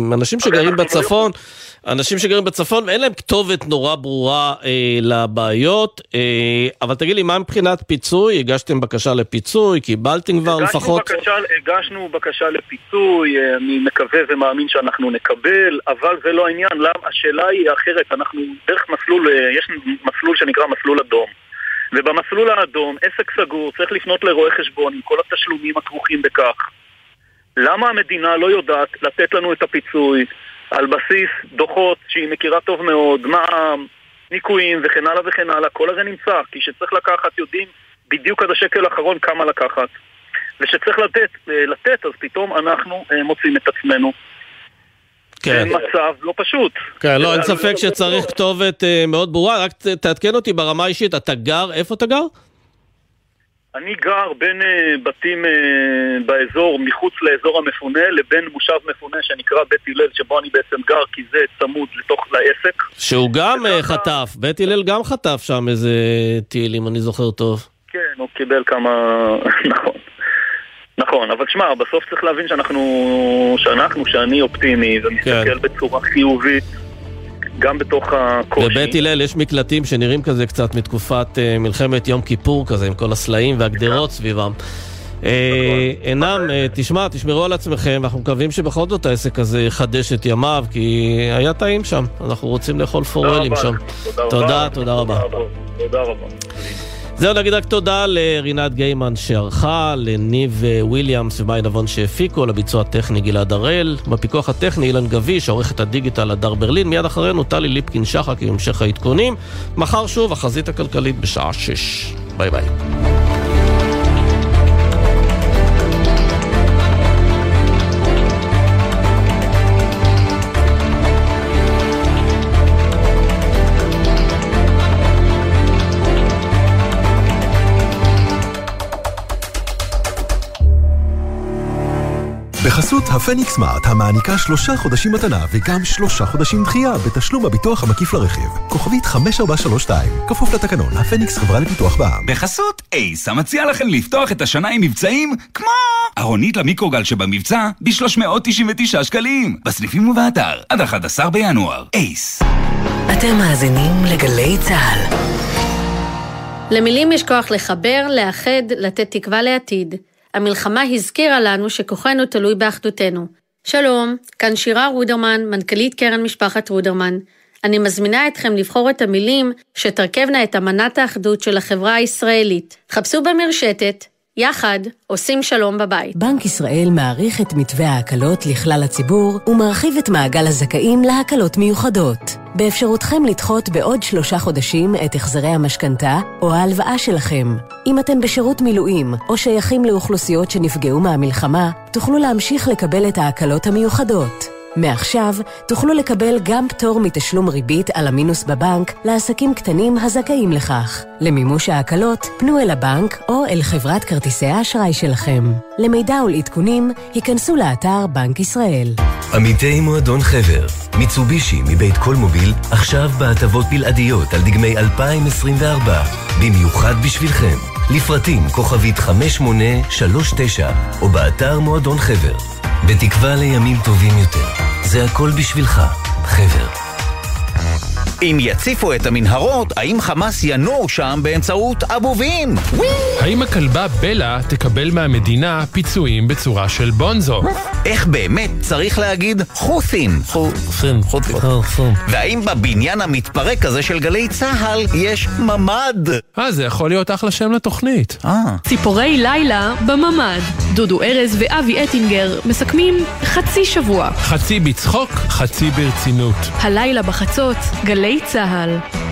אנשים שגרים בצפון, ואין להם כתובת נורא ברורה לבעיות, אבל תגיד לי, מה מבחינת פיצוי? הגשתם בקשה לפיצוי? קיבלתם כבר לפחות? הגשנו בקשה לפיצוי, אני מקווה ומאמין שאנחנו נקבל, אבל זה לא העניין. השאלה היא אחרת, אנחנו דרך מסלול, יש מסלול שנקרא מסלול אדום. ובמסלול האדום, עסק סגור, צריך לפנות לרואה חשבון עם כל התשלומים הכרוכים בכך. למה המדינה לא יודעת לתת לנו את הפיצוי על בסיס דוחות שהיא מכירה טוב מאוד, מע"מ, ניקויים וכן הלאה וכן הלאה? כל הרי נמצא, כי שצריך לקחת יודעים בדיוק עד השקל האחרון כמה לקחת. ושצריך לתת, אז פתאום אנחנו מוצאים את עצמנו. כן. מצב לא פשוט. כן, לא, אין ספק שצריך כתובת מאוד ברורה. רק תעדכן אותי ברמה אישית, אתה גר, איפה אתה גר? אני גר בין בתים באזור, מחוץ לאזור המפונה, לבין מושב מפונה שנקרא בית הלל, שבו אני בעצם גר, כי זה צמוד לתוך לעסק. שהוא גם חטף, בית הלל גם חטף שם איזה טיל, אם אני זוכר טוב. כן, הוא קיבל כמה, נכון, אבל שמע, בסוף צריך להבין שאני אופטימי ומסתכל בצורה חיובית גם בתוך הקושי. בבית הלל יש מקלטים שנראים כזה קצת מתקופת מלחמת יום כיפור כזה, עם כל הסלעים והגדרות סביבם. תשמרו על עצמכם, ואנחנו מקווים שבכל זאת העסק הזה יחדש את ימיו, כי היה טעים שם, אנחנו רוצים לאכול פורלים שם. תודה רבה. תודה רבה. זהו, נגיד רק תודה לרינת גיימן שערכה, לניב וויליאמס ומאי נבון שהפיקו, לביצוע הטכני גלעד הראל, בפיקוח הטכני אילן גביש, עורכת הדיגיטל הדר ברלין, מיד אחרינו טלי ליפקין שחק עם המשך העדכונים. מחר שוב החזית הכלכלית בשעה 6. ביי ביי. בחסות הפניקס סמארט, המעניקה 3 חודשים מתנה וגם 3 חודשים דחייה בתשלום הביטוח המקיף לרכיב. כוכבית 5432, כפוף לתקנון, הפניקס חברה לפיתוח בע"מ. בחסות אייס, המציע לכם לפתוח את השנה עם מבצעים כמו ארונית למיקרוגל שבמבצע ב-399 שקלים. בסניפים ובאתר, עד 11 בינואר. אייס. אתם מאזינים לגלי צהל. למילים יש כוח לחבר, לאחד, לתת תקווה לעתיד. המלחמה הזכירה לנו שכוחנו תלוי באחדותנו. שלום, כאן שירה רודרמן, מנכ"לית קרן משפחת רודרמן. אני מזמינה אתכם לבחור את המילים שתרכבנה את אמנת האחדות של החברה הישראלית. חפשו במרשתת, יחד עושים שלום בבית. בנק ישראל מעריך את מתווה ההקלות לכלל הציבור ומרחיב את מעגל הזכאים להקלות מיוחדות. באפשרותכם לדחות בעוד 3 חודשים את החזרי המשכנתה או ההלוואה שלכם. אם אתם בשירות מילואים או שייכים לאוכלוסיות שנפגעו מהמלחמה, תוכלו להמשיך לקבל את ההקלות המיוחדות. מעכשיו תוכלו לקבל גם פטור מתשלום ריבית על המינוס בבנק לעסקים קטנים הזכאים לכך. למימוש ההקלות, פנו אל הבנק או אל חברת כרטיסי האשראי שלכם. למידע ולעדכונים, היכנסו לאתר בנק ישראל. עמיתי מועדון חבר, מיצובישי מבית כל מוביל, עכשיו בהטבות בלעדיות על דגמי 2024, במיוחד בשבילכם. לפרטים כוכבית 5839 או באתר מועדון חבר. בתקווה לימים טובים יותר. זה הכל בשבילך, חבר. אם יציפו את המנהרות, האם חמאס ינור שם באמצעות אבובים? האם הכלבה בלה תקבל מהמדינה פיצויים בצורה של בונזו? איך באמת צריך להגיד חות'ים? והאם בבניין המתפרק הזה של גלי צהל יש ממד? זה יכול להיות אחלה שם לתוכנית. ציפורי לילה בממד. דודו ארז ואבי אטינגר מסכמים חצי שבוע. חצי בצחוק, חצי ברצינות. הלילה בחצות, גלי צהל.